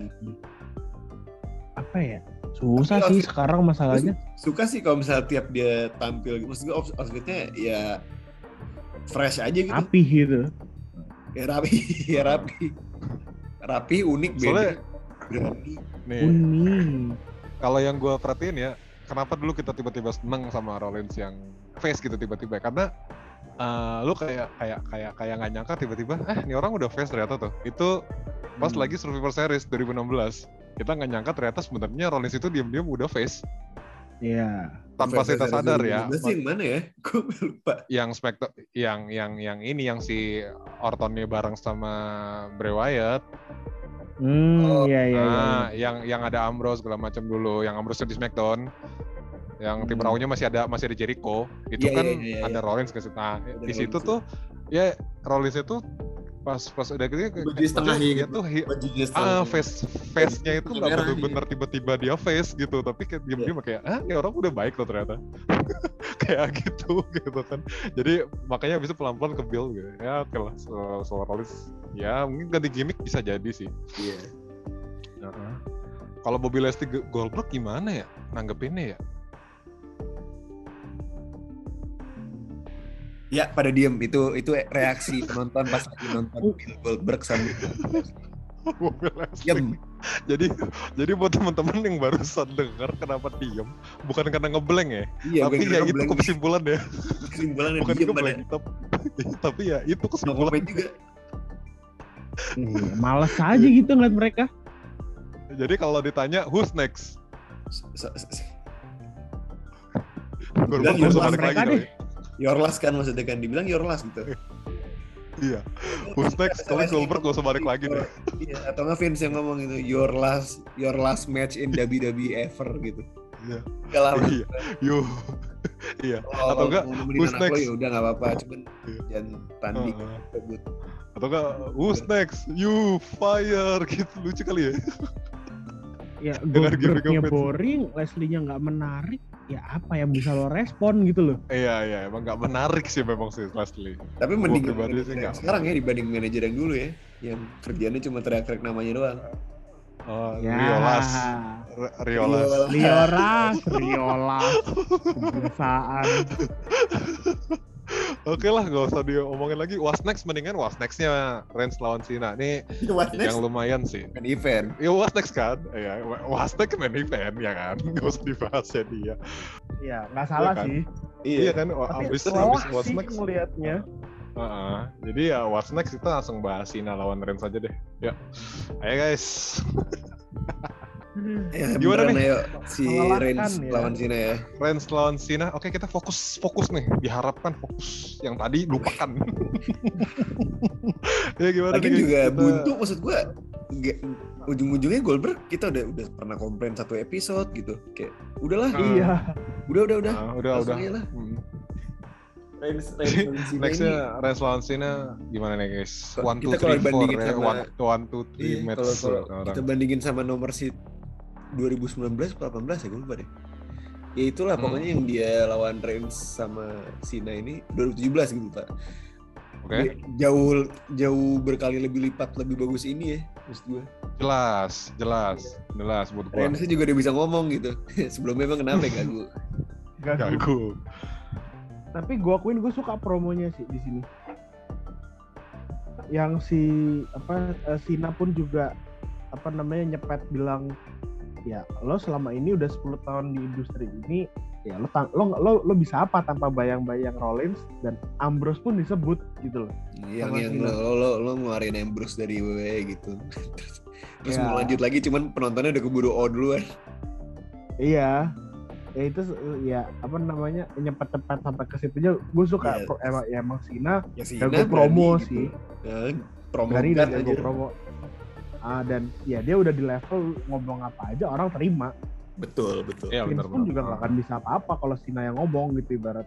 apa ya? Susah tapi sih sekarang masalahnya. Suka sih kalau misalnya tiap dia tampil, maksud gue outfitnya ya fresh aja gitu. Rapi gitu. Ya rapi, ya rapi. Rapi, unik, soalnya, beda. Nih, unik. Kalau yang gue perhatiin ya, kenapa dulu kita tiba-tiba seneng sama Rollins yang face gitu tiba-tiba, karena uh, lu kayak kayak kayak kayak nggak nyangka tiba-tiba eh ini orang udah face ternyata tuh. Itu pas hmm. lagi Survivor Series dua ribu enam belas, kita nggak nyangka ternyata sebenarnya Rollins itu diam-diam udah face. Iya. Tanpa kita sadar ya. Yang mana ya? Gue lupa. Yang spektak, yang yang yang ini yang si Ortonnya bareng sama Bray Wyatt. Hmm, oh, iya iya. Nah, iya. yang yang ada Ambrose segala macam dulu, yang Ambrose di SmackDown. Yang tim Raw-nya masih ada masih ada Jericho, itu yeah, kan yeah, yeah, ada yeah. Rollins ke situ. Nah, ada di situ tuh ya Rollins itu pas pas udah gitu baju setengah dia gitu. tuh ah face face-nya itu nggak benar-benar tiba-tiba dia face gitu, tapi kayak diam-diam yeah. kayak ah ini orang udah baik loh ternyata. Kayak gitu gitu kan. Jadi makanya bisa pelan-pelan ke build gitu. Ya kalau soal, soal Rollins ya mungkin ganti gimmick bisa jadi sih. Iya. Yeah. Uh-huh. Kalau Bobby Lashley Goldberg gimana ya nanggepinnya ya? Ya pada diem, itu itu reaksi penonton pas lagi nonton Bill Goldberg sambil diem. Jadi jadi buat teman-teman yang barusan dengar kenapa diem, bukan karena ngeblank ya, iya, tapi ya itu kesimpulan ya. Kesimpulannya bukan diem ngeblank, tapi, tapi ya itu kesimpulan juga. Iya, males aja gitu ngeliat mereka. Jadi kalau ditanya who's next, Goldberg langsung balik lagi kali. Your last kan maksudnya kan dibilang your last gitu. Iya. Who's next? Kalau Goldberg gak usah balik lagi deh. Iya, atau nggak Vince yang ngomong itu your last your last match in W W E ever gitu. Iya. Kalah. Iya. Yo. Iya. Oh, atau enggak who's next? Ya udah enggak apa-apa, cuman jangan tanding debut. Atau enggak who's next? You fire gitu, lucu kali ya. ya Dengan Goldberg-nya gimmick boring, Leslie-nya nggak menarik, ya apa yang bisa lo respon gitu loh. Iya iya emang nggak menarik sih memang sih Leslie. Tapi Gua mending pribadi manajer sih yang nggak. sekarang ya dibanding manajer yang dulu ya, yang kerjanya cuma teriak-teriak namanya doang. Oh, Ya. Riolas. R- Riolas. Riolas, Riolas, kebiasaan. Oke lah, gak usah diomongin lagi. What's next mendingan What's next-nya Reigns lawan Cena. Nih What's next? yang lumayan sih. Kan event. Ya What's next kan? Ya, What's next main event ya kan. Gak usah dibahas ya dia. Ya nggak salah Iya kan? sih. Iya kan? Tapi Abis lelah abis What's sih next. ngelihatnya. Uh-uh. Jadi ya What's next kita langsung bahas Cena lawan Reigns aja deh. Ya. Ayo guys. Ya, Gimana beneran nih? ayo si Melelahkan Reigns ya. lawan Cena ya. Reigns lawan Cena. Oke, kita fokus fokus nih. Diharapkan fokus. Yang tadi lupakan. Ya gimana Lagi nih, juga kita... buntu maksud gua. Ge- ujung-ujungnya Goldberg kita udah udah pernah komplain satu episode gitu. Kayak udahlah. Hmm. Iya. Udah udah udah. Nah, udah Langsung udah. aja lah. Hmm. Reigns Reigns lawan Cena ini. Nextnya Reigns lawan Cena gimana nih guys? One two Kita kalau three four bandingin ya. sama- One, one two three Iya, match kalau kalau orang. kita bandingin sama nomor si dua ribu sembilan belas atau delapan belas ya gue lupa deh. Ya itulah Hmm. pokoknya yang dia lawan Reigns sama Cena ini dua ribu tujuh belas gitu Pak. Oke. Dia Jauh jauh berkali lebih lipat lebih bagus ini ya maksud gue. Jelas, jelas, jelas buat gua. Reigns juga udah bisa ngomong gitu. Sebelumnya emang kenapa ya gagu? Gagu. Gagu. Tapi gue akuin gue suka promonya sih di sini. Yang si apa eh, Cena pun juga apa namanya nyepet bilang ya lo selama ini udah sepuluh tahun di industri ini ya lo tang- lo lo lo bisa apa tanpa bayang-bayang Rollins dan Ambrose pun disebut gitu loh. Yang Sama yang Cena. lo, lo lo ngeluarin Ambrose dari W W E gitu. terus terus Ya. mau lanjut lagi cuman penontonnya udah keburu O duluan. Iya. Ya itu ya apa namanya nyepet-cepet sampai ke situnya gue suka Iya. pro- emang ya emang Cena Ya sih. jago promo sih. Ya, promo Dari kan dan jago anjir. promo. Ah, dan ya dia udah di level ngomong apa aja orang terima. Betul, betul. Iya Vince benar pun benar. juga nggak akan bisa apa-apa kalau Cena yang ngomong gitu ibarat.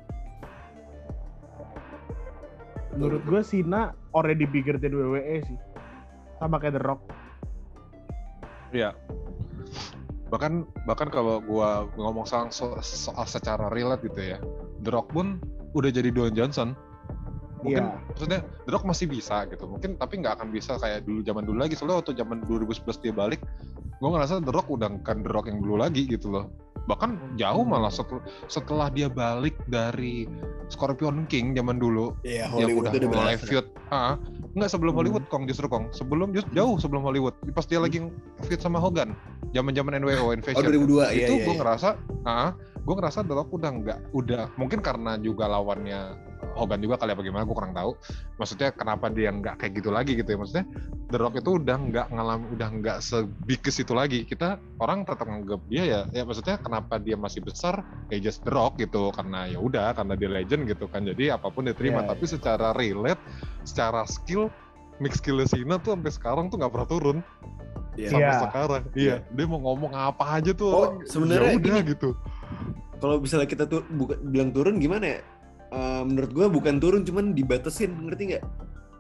Menurut gue Cena already bigger than W W E sih. Sama kayak The Rock. Iya. Bahkan bahkan kalau gua ngomong soal, soal secara relate gitu ya, The Rock pun udah jadi Dwayne Johnson. Mungkin Iya. maksudnya The Rock masih bisa gitu. Mungkin tapi nggak akan bisa kayak dulu zaman dulu lagi. Soalnya waktu zaman dua ribu sebelas dia balik, gua ngerasa The Rock udah kan The Rock yang dulu lagi gitu loh. Bahkan jauh malah setel, setelah dia balik dari Scorpion King zaman dulu Iya, yang Hollywood udah itu udah mulai berasa. feud. Ah, nggak sebelum Hmm. Hollywood Kong justru Kong. Sebelum just jauh sebelum Hollywood. Pas dia lagi feud sama Hogan. Zaman-zaman N W O Oh, Invasion. dua ribu dua, iya, itu iya. gue iya. ngerasa, ah, gue ngerasa The Rock udah nggak, udah mungkin karena juga lawannya Hogan juga kali apa gimana, gue kurang tahu. Maksudnya kenapa dia nggak kayak gitu lagi gitu ya? Maksudnya The Rock itu udah nggak ngalami, udah nggak sebikes itu lagi. Kita orang tetap nganggap dia ya, ya maksudnya kenapa dia masih besar? Ya just The Rock gitu, karena ya udah, karena dia legend gitu kan. Jadi apapun diterima. Iya, Tapi secara relate, secara skill, mix skill Cena tuh sampai sekarang tuh nggak pernah turun. Iya. Sampai Iya. sekarang, iya. Dia mau ngomong apa aja tuh. Oh, orang, sebenarnya ya udah gini. gitu. Kalau misalnya kita tuh bukan bilang turun gimana ya? Eh, menurut gua bukan turun, cuman dibatasin, ngerti nggak?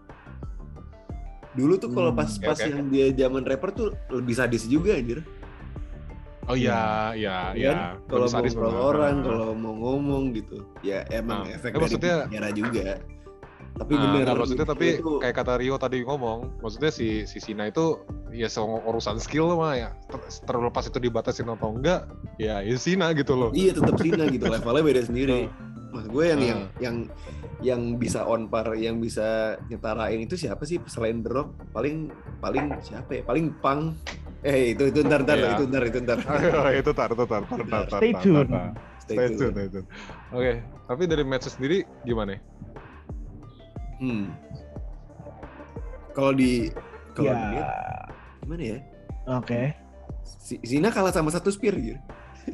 Dulu tuh kalau Hmm, pas-pas oke, oke. yang dia zaman rapper tuh lebih sadis juga anjir. Oh iya, iya, Iya iya. kan? Kalau Lebih mau sadis ngobrol memang. orang, Nah. kalau mau ngomong gitu. Ya emang Nah, efek ya maksudnya- dari penjara juga. Tapi Nah, bener. nggak, maksudnya tapi itu, kayak kata Rio tadi ngomong, maksudnya si si Cena itu ya semua urusan skill mah ya ter- terlepas itu dibatasin atau enggak, ya ya Cena gitu loh. iya tetap Cena gitu, levelnya beda sendiri. Mas gue yang Hmm. yang yang yang bisa on par, yang bisa nyetarain itu siapa sih selain The Rock? Paling paling siapa ya? Paling Punk. Eh itu itu ntar ntar Iya. itu ntar itu ntar. Ayo, itu tar, itu tar, tar, tar, tar, Stay tar, tune. tar. Stay Stay tune. tune, stay tune. Oke, tapi dari match sendiri gimana? Hmm. Kalau di kalau Ya. dilihat gimana ya? Oke. Si Cena kalah sama satu spear gitu.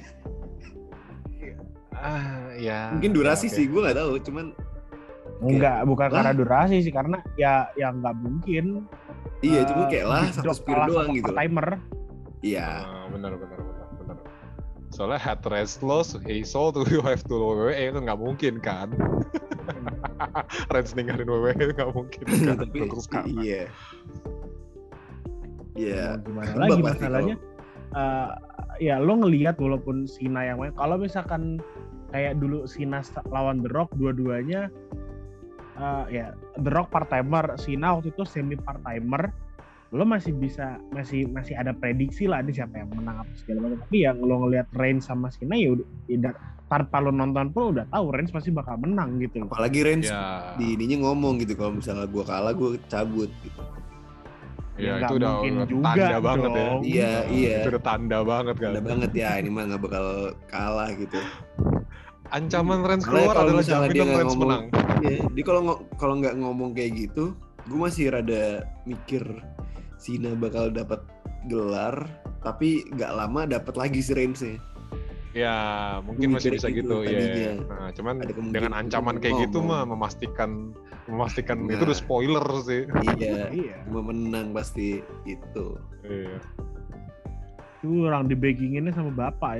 Ah, ya. Mungkin durasi oke. sih, gue nggak tahu. Cuman Enggak, bukan lah. karena durasi sih, karena ya yang nggak mungkin. iya, eh, cuma kayak lah Big satu Dog spear kalah doang sama gitu. Timer. Iya. Ah, benar, benar, benar, benar. Soalnya head rest loss, he saw to you have to W W E itu nggak mungkin kan? Reigns ninggalin W W E itu nggak mungkin kan? Tapi Untuk sekarang. iya. Iya. Mau gimana Kebak lagi pasti masalahnya? uh, ya lo ngelihat walaupun Cena yang main, kalau misalkan kayak dulu Cena lawan The Rock dua-duanya uh, ya The Rock part timer, Cena waktu itu semi part timer, lo masih bisa masih masih ada prediksi lah ini siapa yang menang apa segala macam. Tapi yang lo ngelihat Reigns sama Cena ya udah ya, tanpa lo nonton pun udah tahu Reigns pasti bakal menang gitu. Apalagi Reigns Ya. di ininya ngomong gitu, kalau misalnya gue kalah gue cabut gitu. Ya, Ya, itu nggak udah mungkin udah juga tanda banget ya. dong. Iya, iya. Itu udah tanda banget kan. Tanda banget ya, ini mah nggak bakal kalah gitu. Ancaman Reigns Soalnya keluar kalau adalah misalnya dia jaminan nggak Reigns ngomong- menang. Iya, dia kalau ngo- kalau nggak ngomong kayak gitu, gue masih rada mikir Cena bakal dapat gelar, tapi nggak lama dapat lagi si Reigns-nya. Ya, mungkin Gua masih mikir bisa gitu gitu, ya. tadinya. Nah, cuman Ada kemungkinan dengan ancaman dia kayak gitu ngomong. mah memastikan memastikan Nah. itu udah spoiler sih. Iya, Iya. cuma menang pasti itu. Iya. Itu orang dibeginginnya sama bapak ya.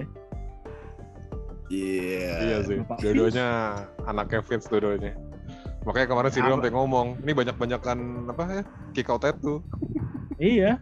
Iya. Iya sih. Bapak Dua-duanya anaknya Vince dua-duanya. Makanya kemarin si Rio Apa? sampai ngomong, ini banyak-banyakan apa ya? Kick out tattoo. Iya.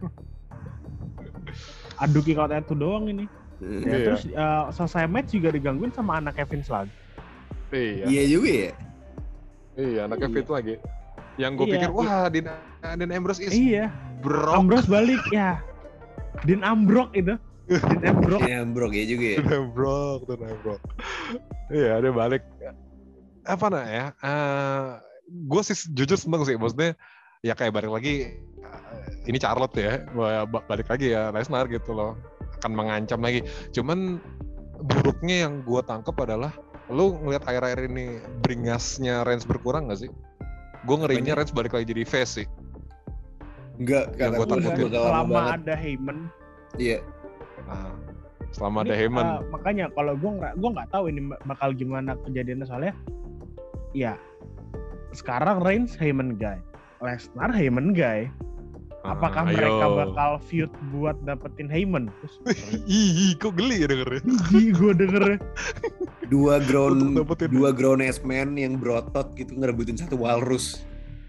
Adu kick out itu doang ini. Hmm. Ya, Iya. terus uh, selesai match juga digangguin sama anak Kevin lagi. Iya. Iya juga ya. Iya, anaknya Iya. Vince lagi. Yang gue Iya, pikir, iya. wah, Dean, Dean Ambrose is Iya. bro. Ambrose balik ya. Dean Ambrose itu. Dean Ambrose. Iya, bro, ya juga ya. Dean Ambrose, Dean Ambrose. Iya, dia balik. Apa nah ya? Uh, gue sih jujur seneng sih, maksudnya ya kayak balik lagi. uh, Ini Charlotte ya, Wah, ba- balik lagi ya Lesnar gitu loh, akan mengancam lagi. Cuman buruknya yang gue tangkap adalah, lu ngeliat akhir-akhir ini bringasnya Reigns berkurang nggak sih? Gue ngerinya Apanya? Reigns balik lagi jadi face sih. Enggak, Yang kata gua gue takutin. bakal lama Selama banget. ada Heyman. Iya. Nah, selama ada Ini, Heyman. uh, makanya kalau gue nggak gue nggak tahu ini bakal gimana kejadiannya, soalnya ya sekarang Reigns Heyman guy, Lesnar Heyman guy. Apakah Ah, mereka ayo. bakal feud buat dapetin Heyman? Terus Ih, kok geli ya dengernya. Ih, gue dengernya. Dua grown Untuk dapetin. dua grown ass man yang berotot gitu ngerebutin satu walrus.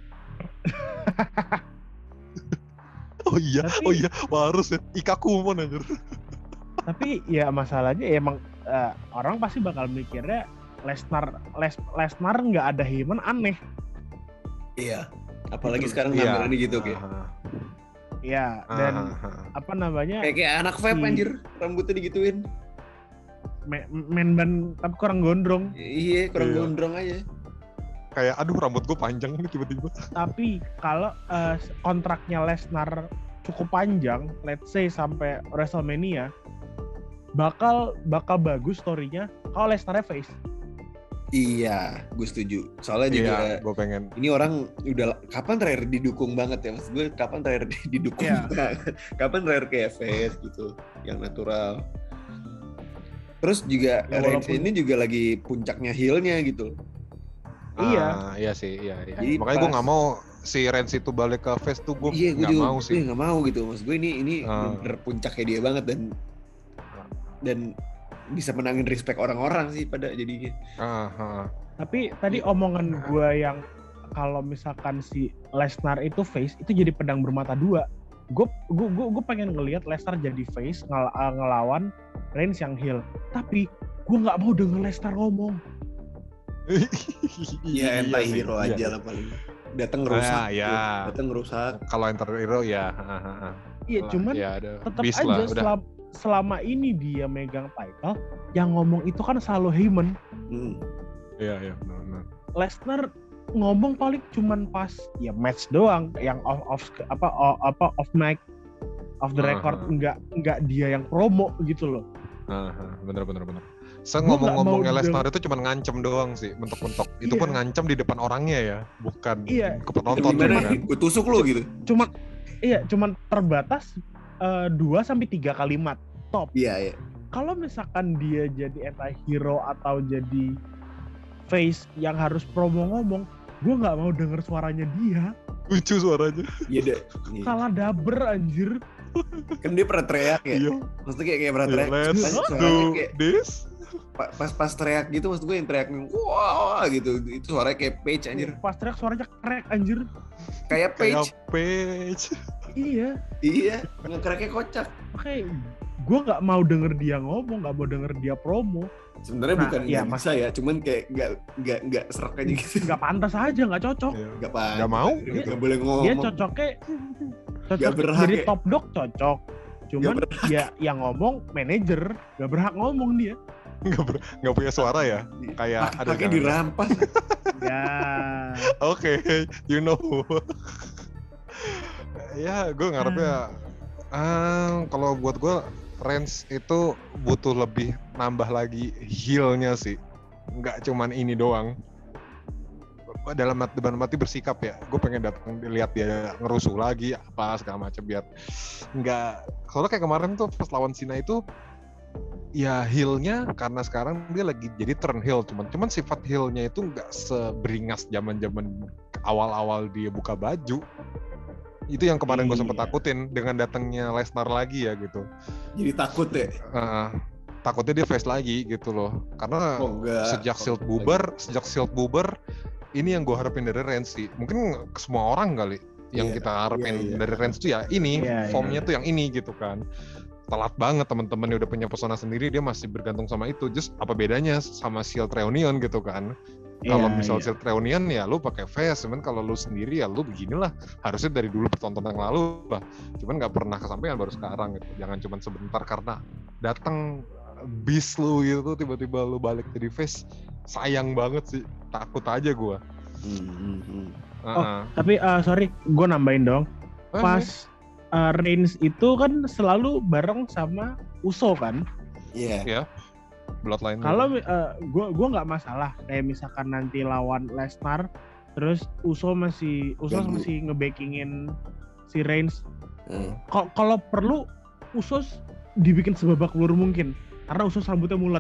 Oh iya, Tapi- oh iya, wah, harus ya. Ikakumon anjir. Tapi ya masalahnya ya emang eh, orang pasti bakal mikirnya Lesnar Les, Lesnar nggak ada Heyman aneh. Iya. Apalagi Gitu. sekarang Iya. nampilannya gitu kayak. Ah, Ya dan ah, ah. apa namanya Kayak kayak anak vape Si- anjir, rambutnya digituin. me- main ban tapi kurang gondrong. Iya, kurang Iya. gondrong aja. Kayak aduh rambut gue panjang nih tiba-tiba. Tapi kalau eh, kontraknya Lesnar cukup panjang, let's say sampai WrestleMania, bakal bakal bagus story-nya kalau Lesnar face. Iya, gue setuju. Soalnya juga Iya, gue pengen. ini orang udah kapan terakhir didukung banget ya, maksud gue kapan terakhir didukung Iya. banget. Kapan terakhir kayak face gitu, yang natural. Terus juga Ya, Reigns walaupun- ini juga lagi puncaknya heel-nya gitu. Iya. Ah, iya sih, iya, iya. Jadi Makanya gue pas- nggak mau si Reigns itu balik ke face tuh gue Iya, gue nggak juga mau gue sih. nggak mau gitu. Maksud gue ini ini Ah. bener puncaknya dia banget dan dan bisa menangin respect orang-orang sih pada jadinya. Ah, ah. Tapi tadi omongan gua yang kalau misalkan si Lesnar itu face itu jadi pedang bermata dua. Gue gue gue pengen ngelihat Lesnar jadi face ngel- uh, ngelawan Reigns yang heel. Tapi gue nggak mau denger Lesnar ngomong. Iya, anti sih, hero iya. aja lah paling. Datang ngerusak. Ah, gitu. ya. Datang ngerusak. Kalau enter hero ya. ah, ah, ah. Iya, Lah, cuman ya, ada tetap beast aja lah, udah. selama, selama ini dia megang title, yang ngomong itu kan selalu Heyman. Hmm. Iya, iya, benar-benar. Lesnar ngomong paling cuman pas ya match doang, yang off off apa off, apa off mic, off the record, Aha. nggak nggak dia yang promo gitu loh. Ah, ah, bener bener bener. Saya Gua nggak ngomong-ngomongnya mau Lesnar itu cuma ngancem doang sih, mentok-mentok. Itu Iya. pun ngancem di depan orangnya ya, bukan Iya. ke penonton Gimana? kan. Gue tusuk lo gitu. Cuma iya, cuman terbatas eh, dua sampai tiga kalimat top. Iya, iya. Kalau misalkan dia jadi anti-hero atau jadi face yang harus promo ngomong, gue nggak mau denger suaranya dia. Lucu suaranya. Iya deh. Iya. Salah daber anjir. Kan dia pernah teriak ya. Iya. Maksudnya kayak kayak pernah Iya, teriak. let's Pas do suaranya kayak this. pa- pas pas teriak gitu, maksud gue yang teriak wah gitu. Itu suaranya kayak Page anjir. Pas teriak suaranya krek anjir. Kayak Kayak Page. page. Iya. Iya, ngekreknya kocak. Makanya gue nggak mau denger dia ngomong, nggak mau denger dia promo. Sebenarnya Nah, bukan iya, nggak bisa ya, cuman kayak nggak nggak nggak serak aja gitu. Nggak pantas aja, nggak cocok. Nggak pantas. Nggak mau. Nggak boleh ngomong. Dia cocoknya cocok Nggak berhak jadi ya? top dog cocok. Cuman ya yang ngomong manajer, nggak berhak ngomong dia. Nggak ber- nggak punya suara ya? Kayak Hak- ada haknya jangan- dirampas. Ya. Oke, you know. Ya, gue ngarepnya ah kalau buat gue Reigns itu butuh lebih nambah lagi heal-nya sih. Nggak cuman ini doang. Dalam hati, dalam hati bersikap ya. Gue pengen datang lihat dia ngerusuh lagi apa segala macam biar nggak. Soalnya kayak kemarin tuh pas lawan Cena itu ya heal-nya karena sekarang dia lagi jadi turn heel cuman cuman sifat heal-nya itu nggak seberingas zaman-zaman awal-awal dia buka baju. Itu yang kemarin gue sempet Iya. takutin dengan datangnya Lesnar lagi ya gitu. Jadi takut ya. Uh, takutnya dia face lagi gitu loh. Karena Oh enggak. sejak Kalau Shield lagi. bubar, sejak Shield bubar, ini yang gue harapin dari Reigns sih. Mungkin ke semua orang kali yang Iya, kita harapin iya, iya. dari Reigns tuh ya ini, Iya, formnya iya. tuh yang ini gitu kan. Telat banget teman-teman dia udah punya pesona sendiri, dia masih bergantung sama itu. Just apa bedanya sama Shield Reunion gitu kan? Kalau Iya, misal iya. Shield Reunion ya lu pakai face, cuman kalau lu sendiri ya lu beginilah. Harusnya dari dulu pertontonan yang lalu lah. Cuman nggak pernah kesampaian baru sekarang gitu. Jangan cuman sebentar karena datang beast lu gitu tiba-tiba lu balik jadi face. Sayang banget sih. Takut aja gua. Hmm, hmm, hmm. Uh-uh. Tapi uh, sorry, gue nambahin dong. Eh, Pas uh, Reigns itu kan selalu bareng sama Uso kan. Iya. Bloodline. Kalau uh, gue gua nggak masalah kayak misalkan nanti lawan Lesnar, terus Uso masih Uso Ganggu. masih ngebackingin si Reigns. Hmm. Ko- Kalau perlu Usos dibikin sebabak belur mungkin, karena Usos rambutnya mulet.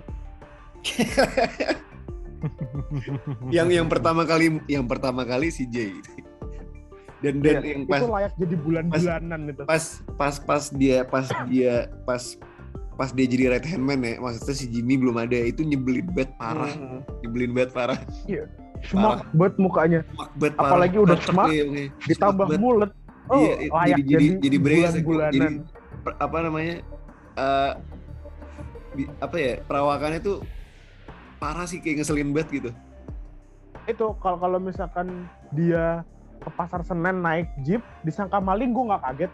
yang yang pertama kali yang pertama kali si Jay. Dan dan Iya, yang pas itu layak jadi bulan-bulanan gitu. pas pas pas dia pas dia pas pas dia jadi right hand man ya, maksudnya si Jimmy belum ada, itu nyebelin banget parah, Hmm. nyebelin banget parah, Semak banget mukanya, semak banget parah. Apalagi udah Mantep semak, ya, oke. ditambah Semak banget. mulet. Oh, Iya, layak jadi jadi jadi brengsek, jadi bulan-bulanan. per- apa namanya eh di- apa ya, perawakannya tuh parah sih, kayak ngeselin banget gitu. Itu kalau kalau misalkan dia ke pasar Senen naik jeep disangka maling, gue nggak kaget.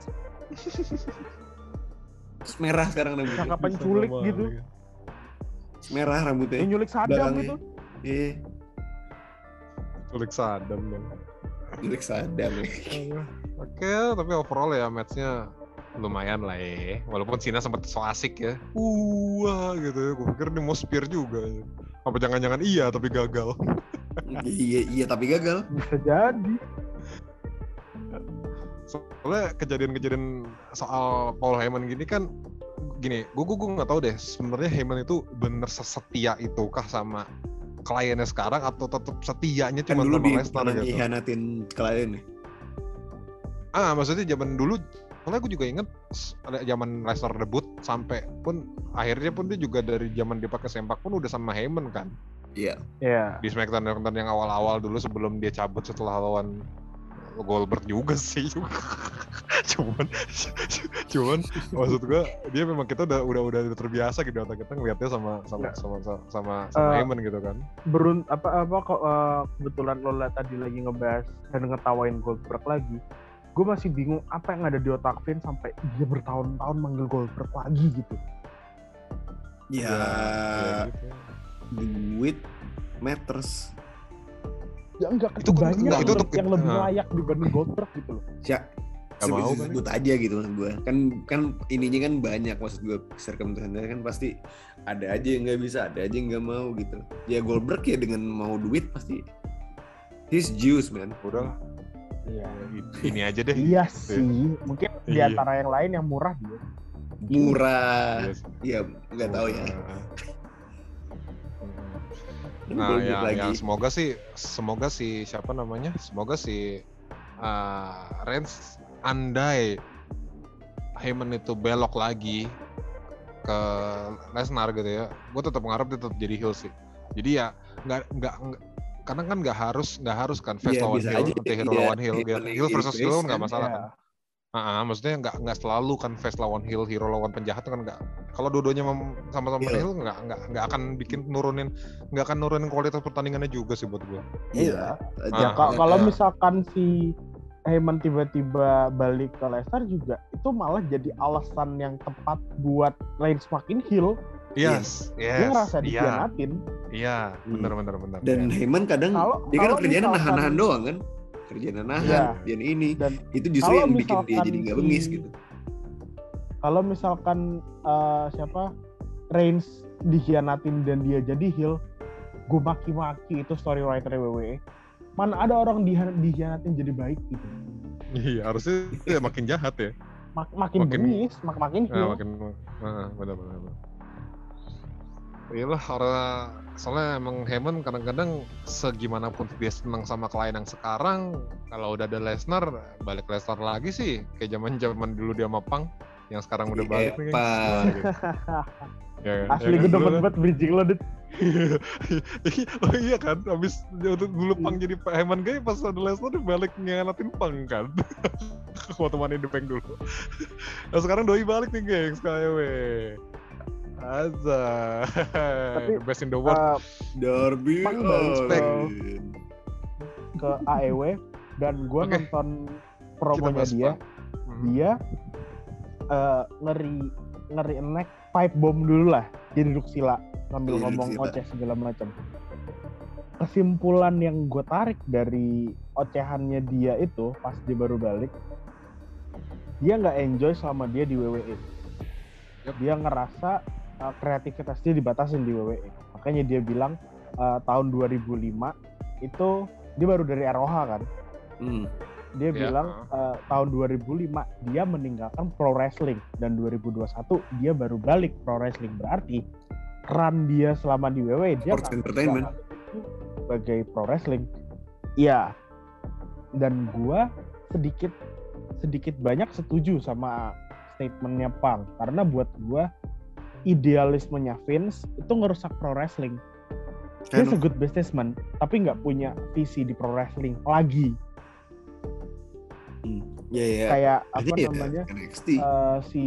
Terus merah sekarang rambutnya, Disangka penculik gitu, merah rambutnya. yang nyulik Saddam belakangnya. gitu. Iya, Culik Saddam dong. Julik Saddam ya. Oke, tapi overall ya matchnya lumayan lah ya. Walaupun Cena sempat so asik ya. Wah gitu. Gue pikir dia mau spear juga. Apa jangan-jangan iya tapi gagal. iya iya tapi gagal. Bisa jadi. Soalnya kejadian-kejadian soal Paul Heyman gini kan gini, gue gue nggak tahu deh sebenarnya Heyman itu bener sesetia itu kah sama kliennya sekarang atau tetap setianya Kan cuma dulu sama di Lesnar pernah gitu. ngianatin klien nih. Ah, maksudnya zaman dulu, soalnya gue juga inget ada zaman Lesnar debut sampai pun akhirnya pun dia juga dari zaman dia pakai sempak pun udah sama Heyman kan. Iya. Iya. Di SmackDown SmackDown yang awal-awal dulu sebelum dia cabut setelah lawan Goldberg juga sih. cuman cuman maksud gue dia memang kita udah udah udah terbiasa gitu otak kita ngeliatnya sama sama Ya. sama sama sama, sama Uh, Heyman gitu kan. Berun apa apa kok uh, kebetulan lo liat tadi lagi ngebahas dan ngetawain Goldberg lagi. Gue masih bingung apa yang ada di otak Vin sampai dia bertahun-tahun manggil Goldberg lagi gitu. Ya, Ya, gitu. duit matters. Ya enggak, Itu itu kan- banyak enggak, itu yang, tuh- yang lebih uh. layak dibanding Goldberg gitu loh. Ya, Gak mau kan? sebut aja gitu maksud gue. Kan kan ininya kan banyak, maksud gue circumstance kan pasti ada aja yang nggak bisa, ada aja yang nggak mau gitu. Ya Goldberg ya dengan mau duit pasti his juice man. Udah Iya. ini aja deh. Iya sih, mungkin di Iya. antara yang lain yang murah dia. Murah. Iya sih. Ya nggak tahu ya. Ini Nah, Goldberg yang, lagi. yang semoga sih, semoga si siapa namanya, semoga si uh, Reigns andai Heyman itu belok lagi ke Lesnar gitu ya, gue tetap mengharap dia tetap jadi heel sih. Jadi ya nggak nggak nggak- karena kan nggak harus nggak harus kan face Iya, lawan bisa heel, aja. anti hero Iya, lawan heel, iya, biar paling heel versus face heel nggak kan. masalah Iya. kan. Ah, uh, maksudnya nggak nggak selalu kan face lawan heel, hero lawan penjahat kan nggak. Kalau dua-duanya mem- sama-sama Heel. heel nggak nggak nggak akan bikin nurunin nggak akan nurunin kualitas pertandingannya juga sih buat gua. Iya. Ya Ah, ka- ah, kalau ah. misalkan si Heyman tiba-tiba balik ke Lesnar juga, itu malah jadi alasan yang tepat buat Reigns makin heel. Yes, yes. Dia ngerasa iya, dikhianatin. iya, benar benar benar. Dan ya. Heyman kadang Kalau- dia kan kalau kerjanya misalkan- nahan-nahan doang kan. Kerjaan nahan, Iya. dan ini Dan itu justru kalau yang bikin dia misalkan jadi nggak si- bengis gitu. kalau misalkan uh, siapa Reigns dikhianatin dan dia jadi heel, gue maki-maki itu story writer W W E. Mana ada orang dihi- dikhianatin jadi baik gitu. Iya, harusnya ya makin jahat ya. Mak- makin, Makin- bengis, mak- makin heel. Nah, makin nah, benar benar. benar. Iyalah orang soalnya emang Heyman kadang-kadang segimanapun dia senang sama klien yang sekarang, kalau udah ada Lesnar balik Lesnar lagi sih kayak zaman-zaman dulu dia sama Punk yang sekarang udah balik nih. Epa. Gimana gitu? Ya, kan? Asli Ya gue kan? demen Dulu kan? banget bridging lo, Dit. Oh iya kan, abis dulu Punk jadi Pak Heyman gay pas ada Lesnar dia balik ngianatin Punk kan. Waktu Money in the Bank dulu. Nah sekarang doi balik nih gengs K W. Aza. Tapi, The best in the world. Uh, Derby Punk balik Allin. ke A E W dan gue Oke. nonton Kita promonya bahas dia, Punk. Mhm. dia uh, ngeri ngeri enek pipe bomb dulu lah, jadi duduk sila sambil Iya, duduk ngomong sila. oceh segala macam. Kesimpulan yang gue tarik dari ocehannya dia itu pas dia baru balik, dia nggak enjoy selama dia di W W E. Yep. Dia ngerasa uh, kreativitasnya dibatasin di W W E. Makanya dia bilang uh, tahun dua ribu lima itu dia baru dari R O H kan. Hmm. Dia Ya. bilang uh, tahun dua ribu lima dia meninggalkan pro wrestling dan dua ribu dua puluh satu dia baru balik pro wrestling. Berarti run dia selama di W W E dia Sports nggak- entertainment. nggak itu sebagai pro wrestling. Iya. Dan gua sedikit sedikit banyak setuju sama statementnya Punk karena buat gua idealismenya Vince itu ngerusak pro wrestling. Dia Kan, good businessman tapi nggak punya visi di pro wrestling lagi. hmm. Ya ya. Kayak apa Aja ya, namanya N X T. eh, si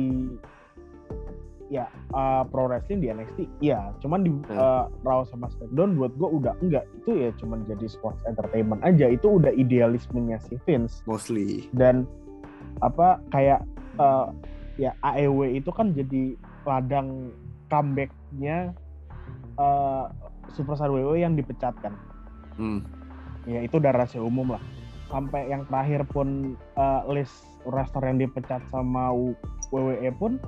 ya eh, pro wrestling di N X T ya cuman di Hmm. eh, Raw sama SmackDown buat gue udah enggak, itu ya cuman jadi sports entertainment aja, itu udah idealismenya si Vince. Mostly. Dan apa kayak eh, ya A E W itu kan jadi ladang comebacknya eh, superstar W W E yang dipecat kan. Hmm. Ya itu udah rahasia umum lah. Sampai yang terakhir pun uh, list wrestler yang dipecat sama W W E pun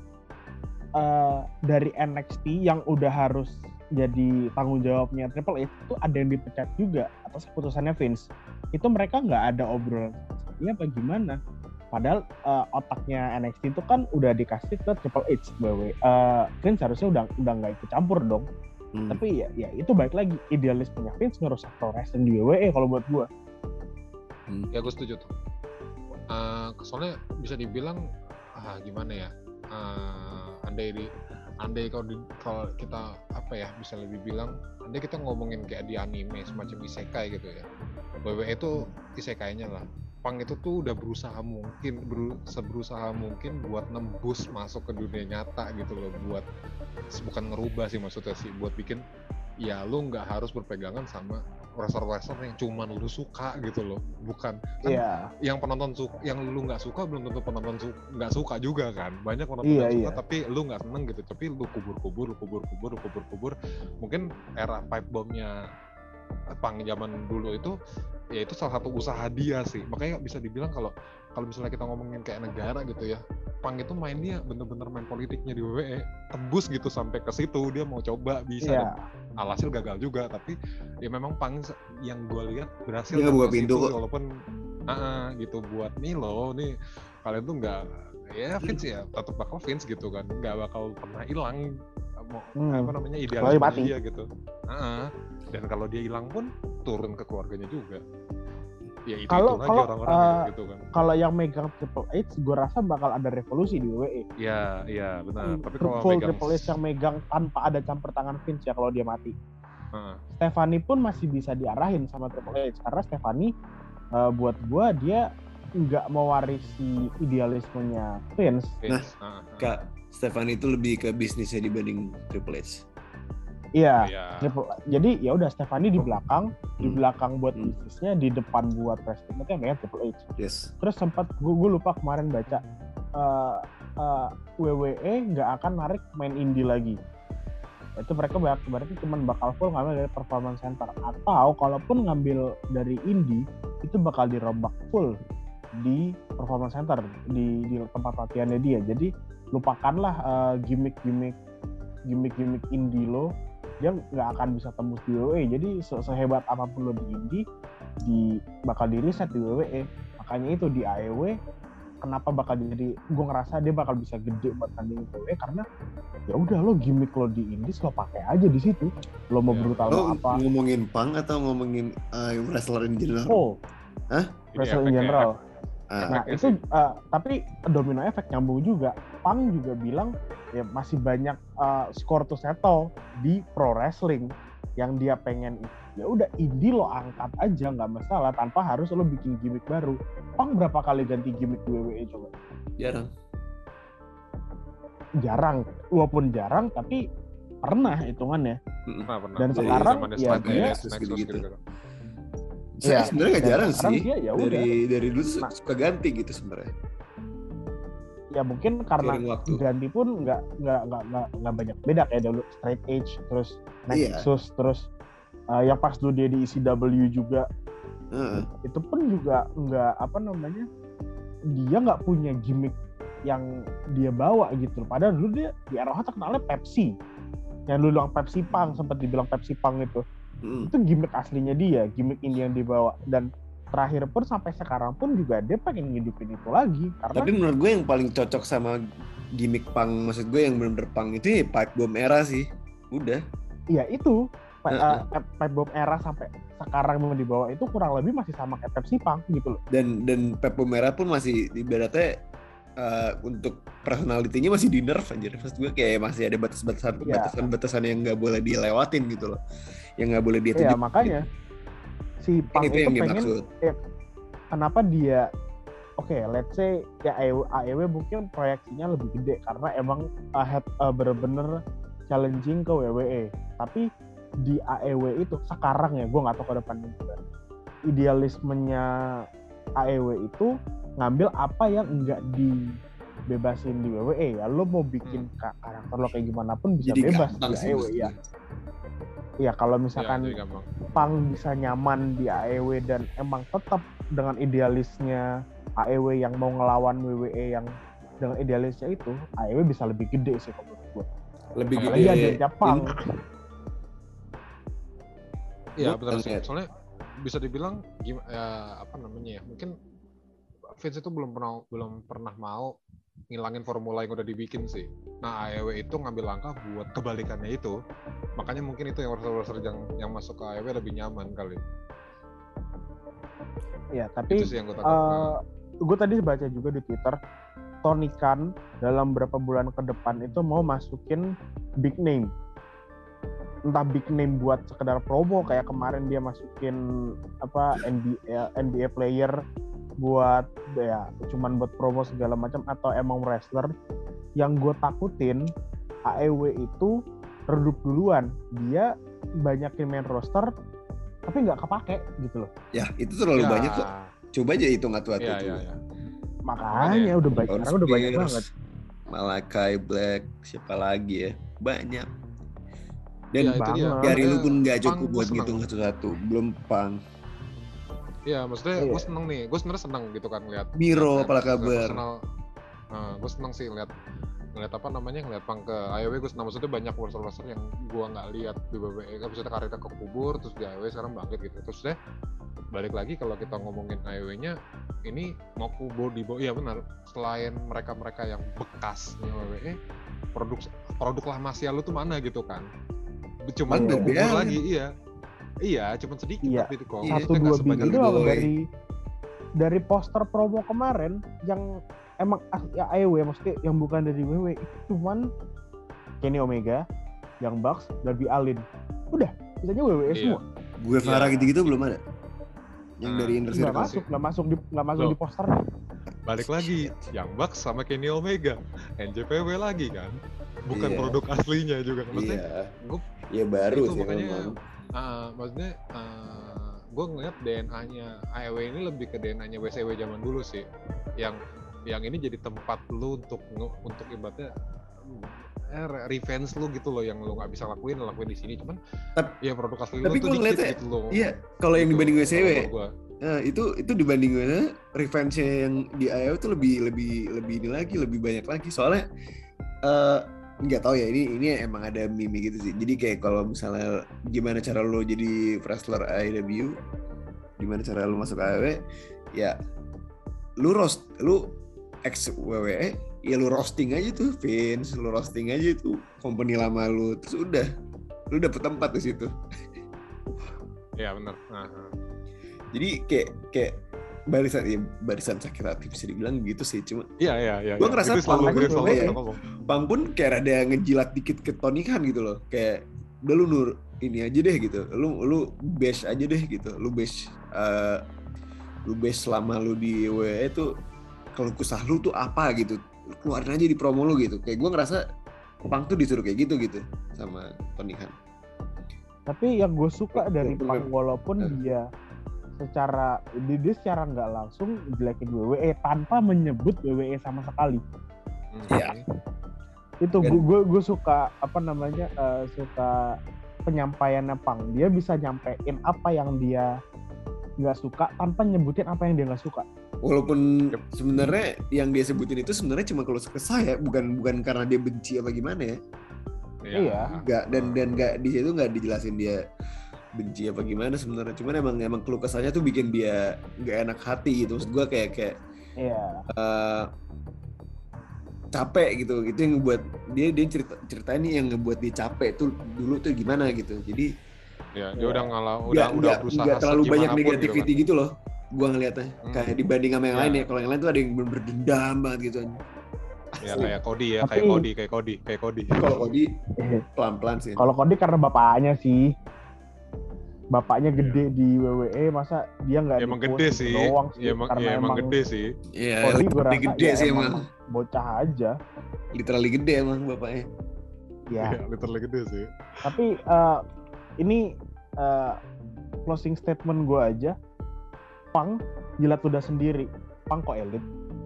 uh, dari N X T yang udah harus jadi tanggung jawabnya Triple H itu ada yang dipecat juga atas keputusannya Vince. Itu mereka nggak ada obrolan ini apa gimana. Padahal uh, otaknya N X T itu kan udah dikasih ke Triple H. W W E. Uh, Vince harusnya udah udah nggak ikut campur dong. Hmm. Tapi ya, ya itu balik lagi idealismenya Vince ngerusak pro wrestling di W W E kalau buat gua. Hmm. Ya gue setuju tuh. Uh, soalnya bisa dibilang ah, gimana ya? Uh, andai di andai kalau di, kalau kita apa ya bisa lebih bilang, andai kita ngomongin kayak di anime semacam isekai gitu ya. W W E itu isekainya lah. Punk itu tuh udah berusaha mungkin beru, seberusaha mungkin buat nembus masuk ke dunia nyata gitu loh, buat bukan ngerubah sih maksudnya sih, buat bikin ya lu nggak harus berpegangan sama wrestler-wrestler yang cuman lu suka gitu loh, bukan kan Iya. yang penonton suka, yang lu nggak suka belum tentu penonton su- nggak suka juga kan, banyak penonton Iya, yang suka iya. tapi lu nggak seneng gitu, tapi lu kubur-kubur, lu kubur-kubur, lu kubur-kubur. Mungkin era pipe bombnya Punk zaman dulu itu ya itu salah satu usaha dia sih, makanya bisa dibilang kalau kalau misalnya kita ngomongin kayak negara gitu ya, Punk itu mainnya bener-bener main politiknya di W W E, tembus gitu sampai ke situ, dia mau coba bisa, Iya. dan alhasil gagal juga, tapi ya memang Punk yang gue lihat berhasil Dia nggak buka ke pintu situ, kok. walaupun ah ah, gitu buat nih loh nih kalian tuh nggak ya Vince ya tetap bakal Vince gitu kan, nggak bakal pernah hilang mau Hmm. apa namanya Kecuali idealisme mati. dia gitu. Ah ah. Dan kalau dia hilang pun turun ke keluarganya juga. Ya itu Kalau- itu lagi kalau, orang-orang uh, gitu kan. Kalau yang megang Triple H, gue rasa bakal ada revolusi di W W E. Iya, iya benar. Tapi kalau Full megang Triple H yang megang tanpa ada campur tangan Vince ya kalau dia mati. Heeh. Stephanie pun masih bisa diarahin sama Triple H karena Stephanie uh, buat gue dia nggak mewarisi idealismenya Vince. Nah, uh, uh. Kak Stephanie itu lebih ke bisnisnya dibanding Triple H. Iya. Iya. Triple- Jadi ya udah Stephanie di belakang, di Hmm. belakang buat Hmm. bisnisnya, di depan buat wrestling itu namanya Triple H. Yes. Terus sempat gue lupa kemarin baca uh, uh, W W E nggak akan narik main indie lagi. Itu mereka berarti cuma bakal full ngambil dari performance center, atau kalaupun ngambil dari indie itu bakal dirombak full di performance center, di, di tempat latihannya dia. Jadi lupakanlah uh, gimmick-gimmick gimmick-gimmick indie lo, dia nggak akan bisa tembus di W W E. Jadi se- sehebat apapun lo di indie, di bakal di reset di W W E. Makanya itu di A E W kenapa bakal jadi, gue ngerasa dia bakal bisa gede buat tanding W W E karena ya udah lo gimmick lo di indies lo pakai aja di situ. Lo mau Ya. brutal Lo mau apa? ngomongin punk atau ngomongin uh, wrestler in general? Oh, Hah? Ini wrestling in efeknya, general. Ah, Nah efeknya itu sih. uh, tapi domino efek nyambung juga. Pang juga bilang ya masih banyak uh, score to settle di pro wrestling yang dia pengen. Ya udah indie lo angkat aja nggak masalah tanpa harus lo bikin gimmick baru. Pang berapa kali ganti gimmick di W W E coba? jarang. Jarang, walaupun jarang tapi pernah hitungannya. Mm-mm. Pernah, pernah. Dan Dari sekarang, zamannya ya Smackdown, dia- Nexus gitu-gitu. gitu-gitu. Saya Iya, sebenarnya nggak dan jarang sekarang sih. dia ya udah. Dari dari dulu su- Nah. suka ganti gitu sebenarnya. Ya mungkin karena Seiring waktu. ganti pun nggak nggak nggak nggak nggak banyak beda kayak dulu Straight Edge, terus Iya. Nexus, terus uh, yang pas dulu dia di E C W juga Heeh. itu pun juga nggak apa namanya, dia nggak punya gimmick yang dia bawa gitu. Padahal dulu dia di R O H terkenalnya Pepsi, yang dulu bilang Pepsi Punk, sempat dibilang Pepsi Punk itu. Mm. Itu gimmick aslinya dia, gimmick ini yang dibawa. Dan terakhir pun sampai sekarang pun juga dia pengen ngidupin itu lagi karena Tapi menurut gue yang paling cocok sama gimmick punk, maksud gue yang bener-bener punk itu ya Pipe Bomb era sih. Udah. ya itu pa- Heeh. uh, Pipe Bomb era sampai sekarang mau dibawa itu kurang lebih masih sama kayak Pepsi Punk gitu loh. Dan dan Pipe Bomb era pun masih ibaratnya uh, untuk personality-nya masih di nerf anjir. Maksud gue kayak masih ada batas-batasan Iya. batasan-batasan yang nggak boleh dilewatin gitu loh. Yang nggak boleh dia Iya tunjukin. makanya si Kan Punk itu itu, yang dia pengen maksud. kenapa dia oke okay, let's say ya A E W mungkin proyeksinya lebih gede karena emang uh, head, uh, bener-bener challenging ke W W E. Tapi di A E W itu sekarang ya gue nggak tahu ke depan juga, idealismenya A E W itu ngambil apa yang enggak dibebasin di W W E. Ya lo mau bikin ka- karakter lo kayak gimana pun bisa Jadi bebas gampang di sih A E W maksud ya. gue. Ya kalau Iya, misalkan jadi gampang. Pang bisa nyaman di A E W dan emang tetap dengan idealisnya A E W yang mau ngelawan W W E yang dengan idealisnya itu, A E W bisa lebih gede sih kalau menurut gue. Lebih Apalagi gede. ada Jepang. Iya Buat benar sih. banget. Soalnya bisa dibilang gim- ya, apa namanya ya? Mungkin Vince itu belum pernah belum pernah mau ngilangin formula yang udah dibikin sih. Nah A E W itu ngambil langkah buat kebalikannya itu. Makanya mungkin itu yang wrestler-wrestler yang yang masuk ke A E W lebih nyaman kali. Ya, tapi Itu sih yang gue takutkan. gue tadi baca juga di Twitter, Tony Khan dalam beberapa bulan ke depan itu mau masukin big name. Entah big name buat sekedar promo kayak kemarin dia masukin apa N B A N B A player buat ya cuman buat promo segala macam, atau emang wrestler. Yang gue takutin A E W itu redup duluan, dia banyakin main roster tapi nggak kepake gitu loh. Ya, itu terlalu Ya, banyak kok. Coba aja hitung atu-atu Iya, tuh. iya, iya. Makanya udah banyak, Sean sekarang udah banyak Spears, banget. Malakai Black, siapa lagi ya? Banyak. Dan Iya, itu dia. dari lu Makanya pun nggak Punk cukup gua buat seneng. ngitung satu-satu. Belum Pang. Iya, maksudnya Iya. gue seneng nih. Gue sebenarnya seneng gitu kan lihat. Miro, lihat apa secara kabar? personal. Nah, gue seneng sih lihat ngeliat apa namanya ngeliat Punk ke A E W. Gue seneng, maksudnya banyak wrestler-wrestler yang gue nggak lihat di W W E. Kan maksudnya karirnya kekubur, terus di A E W sekarang bangkit gitu. Terus deh balik lagi kalau kita ngomongin A E W-nya, ini mau kubur di bawah. Iya benar. Selain mereka-mereka yang bekasnya W W E, produk produk lama Sial lu tuh mana gitu kan? Cuman Bang, kekubur biarin. lagi, iya. Iya, cuman sedikit Iya. tapi kok. Iya, Satu Maksudnya dua nggak sebanyak biji Boy. doang dari dari poster promo kemarin yang emang as- ya A E W maksudnya yang bukan dari W W E itu cuman Kenny Omega, Young Bucks, Darby Allin. Udah, sisanya W W E Iya. semua. Gue Farah Iya. gitu-gitu belum ada. yang Nah, dari Inner Nggak Circle. masuk, nggak masuk di nggak masuk Loh. di poster. Balik lagi, Young Bucks sama Kenny Omega, N J P W lagi kan, bukan Iya. produk aslinya juga. Maksudnya, Iya. gue Ya baru itu sih makanya, memang. uh, maksudnya uh, gue ngeliat D N A-nya A E W ini lebih ke D N A-nya W C W zaman dulu sih, yang yang ini jadi tempat lu untuk nge- untuk ibaratnya eh, revenge lu gitu loh, yang lu nggak bisa lakuin lakuin di sini, cuman Tap- ya produk asli tapi lu tuh gua dikit ngeliatnya, gitu loh. Iya, kalau yang Gitu, dibanding W C W, kalau menurut gua. Nah, itu itu dibanding mana revenge-nya yang di A E W itu lebih lebih lebih ini lagi, lebih banyak lagi. Soalnya eh, nggak tahu ya, ini ini emang ada meme gitu sih. Jadi kayak kalau misalnya gimana cara lo jadi wrestler A E W, gimana cara lo masuk A E W, ya lu roast, lu ex W W E, ya lu roasting aja tuh Vince, lu roasting aja tuh company lama lu, terus udah lu dapet tempat di situ. Ya benar. Nah, nah. Jadi kayak kayak barisan ya, barisan sakit hati bisa dibilang gitu sih, cuma Iya iya iya. Gua iya. ngerasa itu selalu Punk gue juga selalu ya. pernah ngomong. Bang pun kayak ada ngejilat dikit ke Tony Khan gitu loh, kayak udah lu nur ini aja deh gitu, lu lu bash aja deh gitu, lu bash uh, lu bash selama lu di W W E tuh kalau kesah lu tuh apa gitu, keluarin aja di promo lu gitu. Kayak gue ngerasa Punk tuh disuruh kayak gitu gitu sama Tony Khan. Tapi yang gue suka dari Betul, Punk, betul. walaupun Hmm. dia secara dia secara nggak langsung jelekin W W E tanpa menyebut W W E sama sekali. Hmm. Iya. Itu Dan- gue gue gue suka apa namanya eh, suka penyampaiannya Punk. Dia bisa nyampein apa yang dia nggak suka tanpa nyebutin apa yang dia nggak suka. Walaupun Yep. sebenarnya yang dia sebutin itu sebenarnya cuma kalau kesah ya, bukan bukan karena dia benci apa gimana ya. Iya. Nggak, dan dan nggak di situ nggak dijelasin dia benci apa gimana sebenarnya. Cuman emang emang keluh kesahnya tuh bikin dia nggak enak hati gitu. Maksud gue kayak kayak Iya. eh, capek gitu. Itu yang ngebuat dia dia cerita ceritain nih yang ngebuat dia capek tuh dulu tuh gimana gitu. Jadi Ya, dia udah ngalah, udah nggak udah nggak berusaha nggak terlalu banyak segimanapun gitu negativity kan. gitu loh. Gua ngeliatnya Hmm. kayak dibanding sama yang Ya. lain ya. Kalau yang lain tuh ada yang bener-bener dendam banget gitu. Ya kayak Cody ya, Tapi- kayak Cody, kayak Cody, kayak Cody. Kalau Cody pelan-pelan sih. Kalau Cody karena bapaknya sih. Bapaknya gede di W W E, masa dia nggak Ya, emang di-push gede gitu sih. doang sih. Ya emang, Karena ya emang gede sih. Iya, Cody gue rasa gede ya sih emang, emang. bocah aja. Literally gede emang bapaknya. Ya. Ya, literally gede sih. Tapi eh, ini eh, closing statement gue aja. Punk jilat ludah sendiri. Punk kok elit.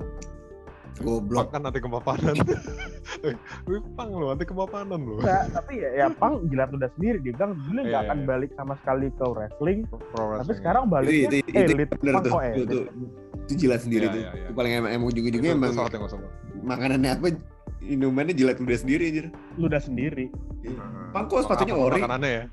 Goblok. Pang kan nanti kemapanan. Wih, Pang lu nanti kemapanan lu. Enggak, tapi ya, ya Punk jilat ludah sendiri. Dia bilang dulu nggak Iya, akan iya. balik sama sekali ke wrestling. Pro Tapi wrestling. sekarang Itu, baliknya itu, itu, itu elit. bener Punk tuh. kok Itu, elit. tuh. Itu jilat sendiri Iya, tuh. iya, iya. Itu paling emang, emang Itu, ujung-ujungnya itu emang salah yang gua sama. makanannya apa, minumannya jilat ludah sendiri aja. Ludah sendiri. Nah, Pang kok sepatunya apapun ori. makanannya ya.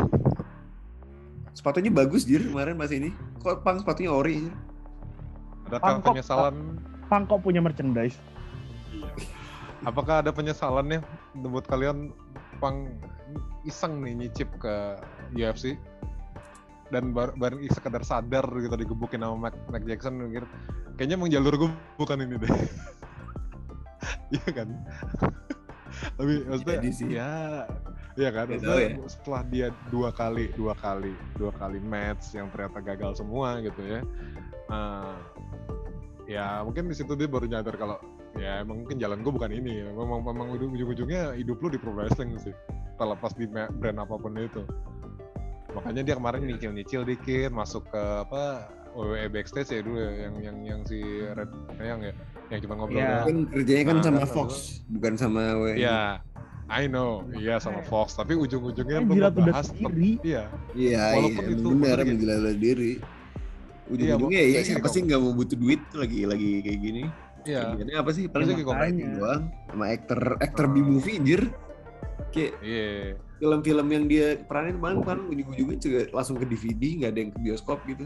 Sepatunya bagus jir kemarin pas ini. Kok Pang sepatunya ori jir? Adakah Pang kok- penyesalan? Punk kok punya merchandise. Apakah ada penyesalannya buat kalian Pang iseng nih nyicip ke U F C dan bar bareng sekedar sadar gitu digebukin sama Mac, Mac Jackson gitu. Kayaknya emang jalur gue bukan ini deh. Iya kan? Tapi maksudnya Jadi sih. ya iya kan? Nggak Maksudnya tahu ya. setelah dia dua kali, dua kali, dua kali match yang ternyata gagal semua gitu ya. Nah, ya mungkin di situ dia baru nyadar kalau ya emang mungkin jalan gue bukan ini. Memang memang ujung-ujungnya hidup lu di pro wrestling sih. Terlepas di ma- brand apapun itu. Makanya dia kemarin nyicil-nyicil dikit masuk ke apa W W E backstage ya dulu ya, yang yang yang si Red yang ya yang cuma ngobrol Iya. doang. Kan kerjanya kan Nah, sama kan, Fox, bukan sama W W E. Iya, I know, iya sama Fox. Tapi ujung-ujungnya Kan lu jilat ludah ngebahas tetep- sendiri. iya. Iya, Walaupun iya, itu emang benar bener gitu. menjelala diri. Ujung-ujungnya Iya, ya maksudnya siapa gini, sih nggak mau butuh duit tuh lagi lagi kayak gini. Iya. Kerjanya apa sih? Paling Maksudnya main makanya. doang sama aktor aktor Hmm. B-movie jir. Kayak Iya. film-film yang dia peranin kemarin kan ujung-ujungnya juga langsung ke D V D, nggak ada yang ke bioskop gitu.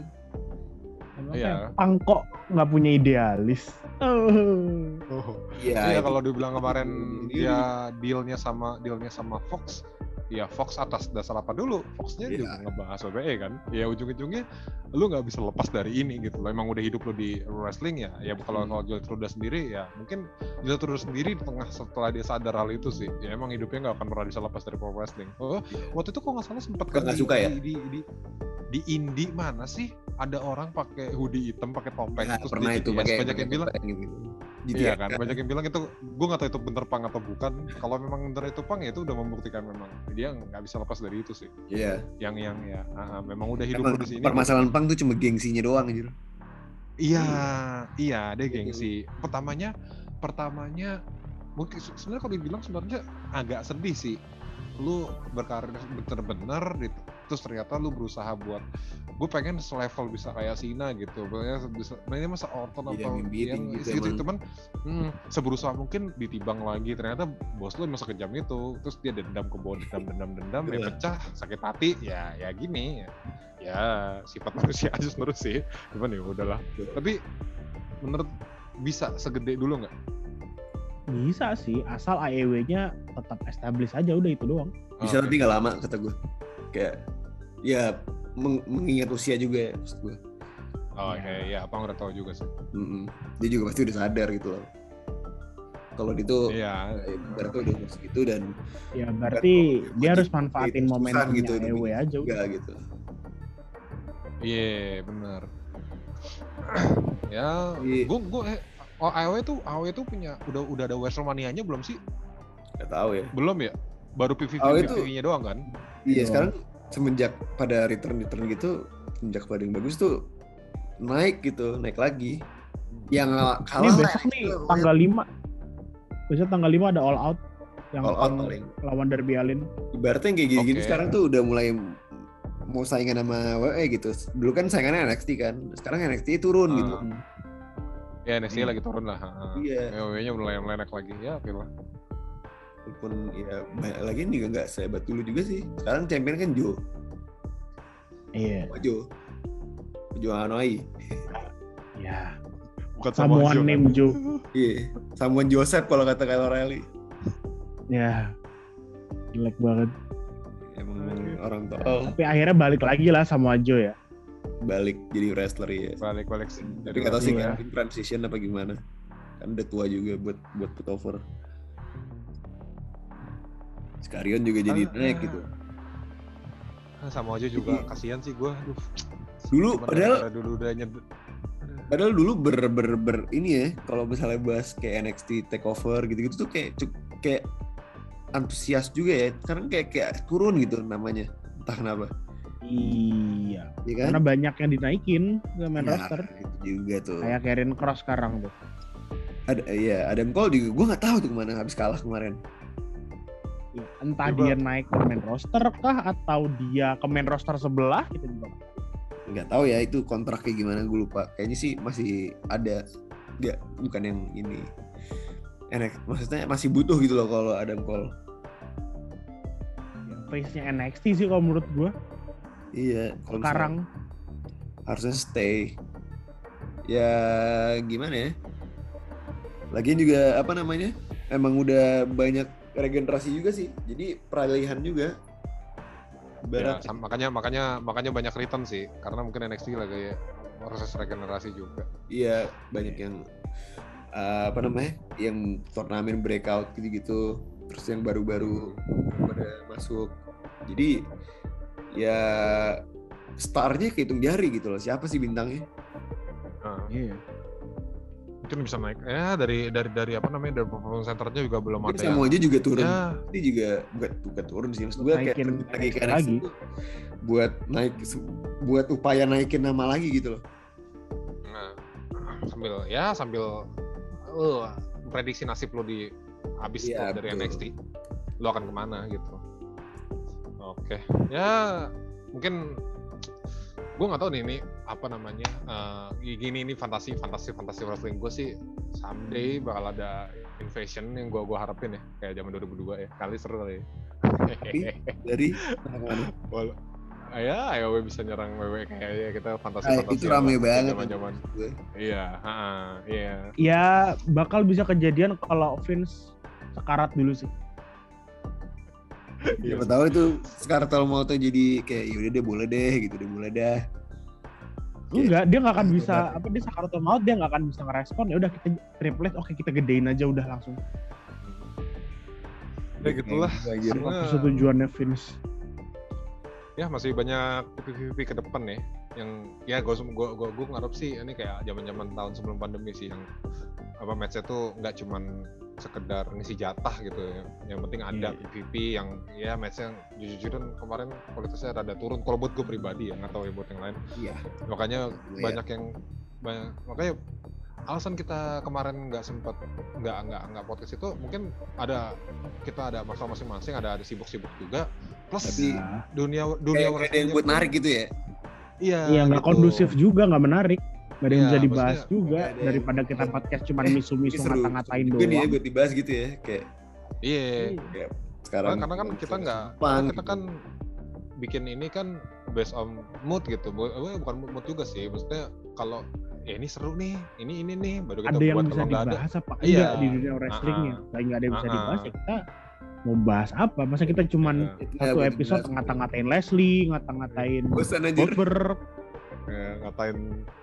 Iya. Punk kok nggak punya idealis. Oh. Oh. Iya. Iya kalau dibilang kemarin Ini- dia dealnya sama dealnya sama Fox, ya Fox atas dasar apa dulu? Foxnya Iya. juga ngebahas W W E kan. Ya ujung-ujungnya lu nggak bisa lepas dari ini gitu loh. Emang udah hidup lu di wrestling ya. Ya kalau Hmm. kalau Juliet Ruda sendiri ya mungkin Juliet Ruda sendiri di tengah setelah dia sadar hal itu sih. Ya emang hidupnya nggak akan pernah bisa lepas dari pro wrestling. Oh, waktu itu kok nggak salah sempat Suka nggak suka ya? di, di, di, di indie mana sih ada orang pakai hoodie hitam pakai topeng Nah, terus pernah dia itu C S. pakai Banyak yang bilang gitu. iya kan, banyak yang bilang itu gue nggak tahu itu bener pang atau bukan. Kalau memang bener itu pang ya itu udah membuktikan memang dia nggak bisa lepas dari itu sih. Iya. Yang yang ya uh, memang udah hidup Emang lu di sini. permasalahan pang tuh cuma gengsinya doang gitu. Iya, iya, dia gengsi. Pertamanya, pertamanya mungkin se- sebenarnya kalau dibilang sebenarnya agak sedih sih. Lu berkarir bener-bener, gitu. Terus ternyata lu berusaha buat, gue pengen selevel bisa kayak Sina gitu. Pokoknya bisa, nah ini masa Orton Iya, atau mimpi yang tinggi tuh segitu emang. teman, hmm, seberusaha mungkin ditibang lagi. Ternyata bos lu emang sekejam itu. Terus dia dendam ke bawah, dendam, dendam, dendam, ya Iya. pecah, sakit hati, ya, ya gini. Ya, ya sifat manusia aja sebenarnya sih. Cuman ya udahlah. Tapi menurut bisa segede dulu nggak? Bisa sih, asal A E W-nya tetap establish aja, udah itu doang. Bisa Oke. tapi nggak lama kata gue. Kayak ya meng- mengingat usia juga ya maksud gue. Oh Ya. iya, iya, apa udah tahu juga sih. Mm-mm. Dia juga pasti udah sadar gitu loh. Kalau itu Iya. berarti udah umur segitu dan Ya berarti Bukan, dia harus jadi manfaatin susah momentumnya gitu, A E W tapi aja udah. enggak gitu. Iya, benar. Ya, Iya. gua gua eh, oh, A E W tuh A E W tuh punya udah udah ada WrestleMania-nya belum sih? Nggak tahu ya. Belum ya? Baru P V P A E W tuh- P V nya doang kan? Iya Doang. sekarang semenjak pada return return gitu, semenjak pada yang bagus tuh naik gitu, naik lagi. Yang Ini kalah besok nih tanggal lima. Besok tanggal lima ada All Out yang All Out akan paling. lawan Darby Allin. Ibaratnya yang kayak gini-gini Oke. sekarang tuh udah mulai mau saingan sama W W E gitu. Dulu kan saingannya N X T kan, sekarang N X T turun Ah. gitu. Ya, N X T Hmm. lagi turun lah. ha. Iya. W W E-nya mulai melenek lagi. Ya, oke lah. Walaupun ya banyak lagi juga nggak sehebat dulu juga sih. Sekarang champion kan Joe, Iya. oh, Joe, Joe Hanoi. Ya. Bukan Samoan Joe, kan? name Joe. Iya, Samuel Joseph kalau kata Kyle O'Reilly. Ya. Jelek banget. Emang orang tol Tapi akhirnya balik lagi lah sama Joe ya. balik jadi wrestler ya. Balik-balik sih. Tapi nggak tahu sih Iya. kan transition apa gimana. Kan udah tua juga buat buat put over. Skarion juga jadi Ah. naik gitu. Ah, sama aja juga kasihan sih gue. Aduh. Dulu, Cuman padahal- gara-gara dulu udah nyed- Padahal dulu ber ber, ber ini ya, kalau misalnya bahas kayak N X T takeover gitu-gitu tuh kayak cuk- kayak antusias juga ya. Sekarang kayak kayak turun gitu namanya. Entah kenapa. Iya. Iya kan? Karena banyak yang dinaikin ke main Ya, roster. itu juga tuh. Kayak Karen Cross sekarang tuh. Ada iya, Adam Cole juga gue nggak tahu tuh kemana habis kalah kemarin. Ya, entah Coba. dia naik ke main roster kah atau dia ke main roster sebelah kita juga nggak tahu. Nggak tahu ya itu kontrak kayak gimana gue lupa. Kayaknya sih masih ada. Nggak, bukan yang ini. Enak, maksudnya masih butuh gitu loh kalau Adam Cole. Ya, face-nya N X T sih kalau menurut gua Iya, kalau sekarang. misalnya harusnya stay. Ya gimana ya? Lagian juga apa namanya? Emang udah banyak regenerasi juga sih. Jadi peralihan juga. ya, Barat. sam- makanya makanya makanya banyak return sih karena mungkin N X T lagi proses regenerasi juga. Iya, banyak yang uh, apa namanya? Yang turnamen breakout gitu-gitu. Terus yang baru-baru pada masuk. Jadi ya starnya kehitung jari gitu loh. Siapa sih bintangnya? Nah, Iya. mungkin bisa naik ya dari dari dari apa namanya dari performance centernya juga belum Mungkin ada sama yang aja juga turun. ya Ini juga bukan bukan turun sih. Maksud gue kayak Naikin terjun lagi ke N X T N X T lagi. tuh buat naik buat upaya naikin nama lagi gitu loh. nah, sambil ya sambil uh, prediksi nasib lo di habis Iya, tuh dari betul. N X T lo akan kemana gitu. Oke ya mungkin gue nggak tahu nih ini apa namanya uh, gini ini fantasi fantasi fantasi wrestling gue sih someday bakal ada invasion yang gue gue harapin ya kayak zaman dua ribu dua ya kali seru kali ya. Tapi dari mana? Wal- ah, ya A E W bisa nyerang W W E kayaknya kita fantasi Ah, fantasi itu rame banget. zaman zaman Gue. iya ha, iya Ya bakal bisa kejadian kalau Vince sekarat dulu sih. Siapa tahu itu Scarlett mau tuh jadi kayak yaudah deh boleh deh gitu deh boleh dah. Enggak, dia nggak akan bisa apa dia sekarat maut dia nggak akan bisa ngerespon. Ya udah kita triple oke kita gedein aja udah langsung. ya gitulah Anjir. Semua- Persetujuannya Vince. ya masih banyak V V V ke depan nih. Yang ya gue gue gue gue ngarep sih ini kayak zaman-zaman tahun sebelum pandemi sih yang apa match-nya tuh nggak cuman sekedar ngisi jatah gitu ya. Yang penting ada Iya. V V P yang ya match-nya jujur-jujuran kemarin kualitasnya rada turun. Kalau buat gue pribadi ya, nggak tahu ya buat yang lain. Iya. Makanya Iya. banyak yang banyak, makanya alasan kita kemarin nggak sempat nggak nggak nggak podcast itu mungkin ada kita ada masalah masing-masing, ada ada sibuk-sibuk juga. Plus Tapi Nah, dunia dunia kayak nggak ada yang buat narik gitu ya. Iya. iya nggak gitu. kondusif juga, nggak menarik. Gak ada yang Iya, bisa dibahas maksudnya juga nggak ada yang- daripada kita podcast cuman Eh, misu-misu Ini seru, ngata-ngatain seru juga nih ya doang. buat dibahas gitu ya, kayak Iya. Iya. sekarang. Karena, karena kan kita nggak, Jepang karena kita gitu. kan bikin ini kan based on mood gitu. Bu- eh, Bukan mood juga sih. Maksudnya kalau ya ini seru nih, ini ini nih baru kita Ada yang buat. bisa Kalau nggak ada, dibahas apa Iya. enggak di dunia wrestlingnya? Kalau nggak ada yang bisa Uh-uh. dibahas ya kita mau bahas apa? Masa kita cuman Iya. Nah, satu buat episode dibahas. ngata-ngatain Leslie, ngata-ngatain Bosan aja. Goldberg. ya, ngatain.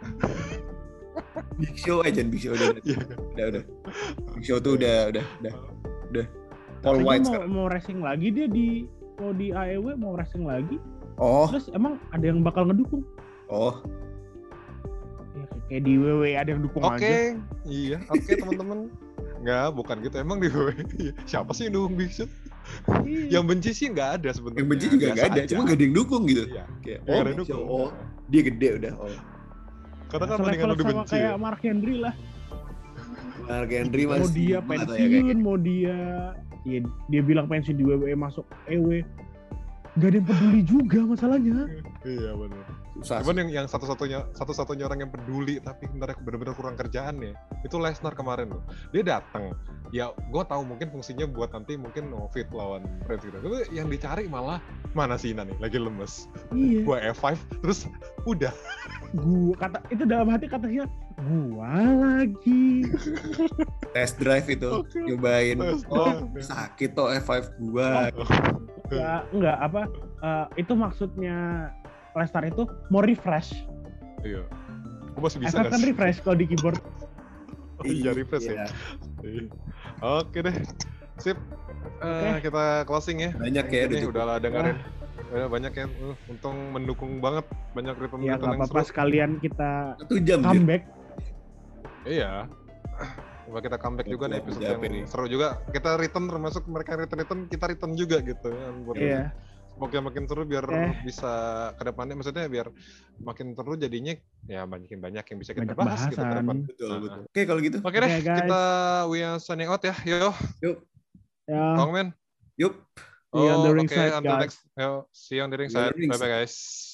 Big Show aja, Big Show udah, Iya. udah, udah. Big Show tuh udah, udah, udah, udah. Paul Katanya White mau, sekarang. mau wrestling lagi dia di mau di A E W mau wrestling lagi. Oh, Terus emang ada yang bakal ngedukung? oh, Ya, kayak di W W E ada yang dukung Oke, aja. iya, oke teman-teman. Nggak, bukan gitu. Emang di W W E siapa sih yang dukung Big Show? Iya. Yang benci sih nggak ada sebenarnya. yang benci juga Biasa nggak ada, aja. cuma nggak ada yang dukung gitu. Iya. Kayak, Nggak oh, ada yang Big Show, dukung. oh, dia gede udah. Oh, Karena kan mendingan Selevel lu sama dibenci. kayak Ya. Mark Henry lah. Mark Henry Mau masih dia gimana tuh ya, pensiun, kayaknya. mau dia ya, dia bilang pensiun di W W E masuk E W. Gak ada yang peduli juga masalahnya. Iya benar. Susah. Cuman yang yang satu-satunya satu-satunya orang yang peduli tapi benar benar kurang kerjaan ya itu Lesnar kemarin loh. Dia datang, ya gue tahu mungkin fungsinya buat nanti mungkin no fit lawan Reigns gitu. Tapi yang dicari malah mana sih Ina nih lagi lemes. Iya. Gua F lima terus udah. Gua kata itu dalam hati katanya gua lagi. Test drive itu, Oke. nyobain. Test Oh, drive. sakit toh F lima gua. Enggak, enggak apa eh, itu maksudnya Lesnar itu mau refresh. Iya. Gue masih bisa F lima kan sih? refresh kalau di keyboard. Oh, iya refresh ya. Iya. Iya. Oke deh. Sip. Eh, kita closing ya. Banyak ya, Ini udah udah lah dengerin. Ya, banyak yang uh, untung mendukung banget, banyak return Ya return nggak yang apa-apa seru. sekalian kita Satu jam Jir. comeback. Iya. Coba kita comeback juga nih episode yang Jawab ini. seru juga. Kita return termasuk mereka return return kita return juga gitu ya. Buat Iya. Semoga makin seru biar Eh. bisa ke depannya, maksudnya biar makin seru jadinya ya makin banyak yang bisa kita Banyak bahas gitu ke bahasan. depan. Betul, Nah, betul. Oke, kalau gitu. Oke deh, Oke, guys. kita we are signing out ya. Yo, Ya. Kong Men. Yuk. See you on the Oh, ring oke, side, until guys. next. Yo, see you on the ring See you on side. the ring Bye bye side. guys.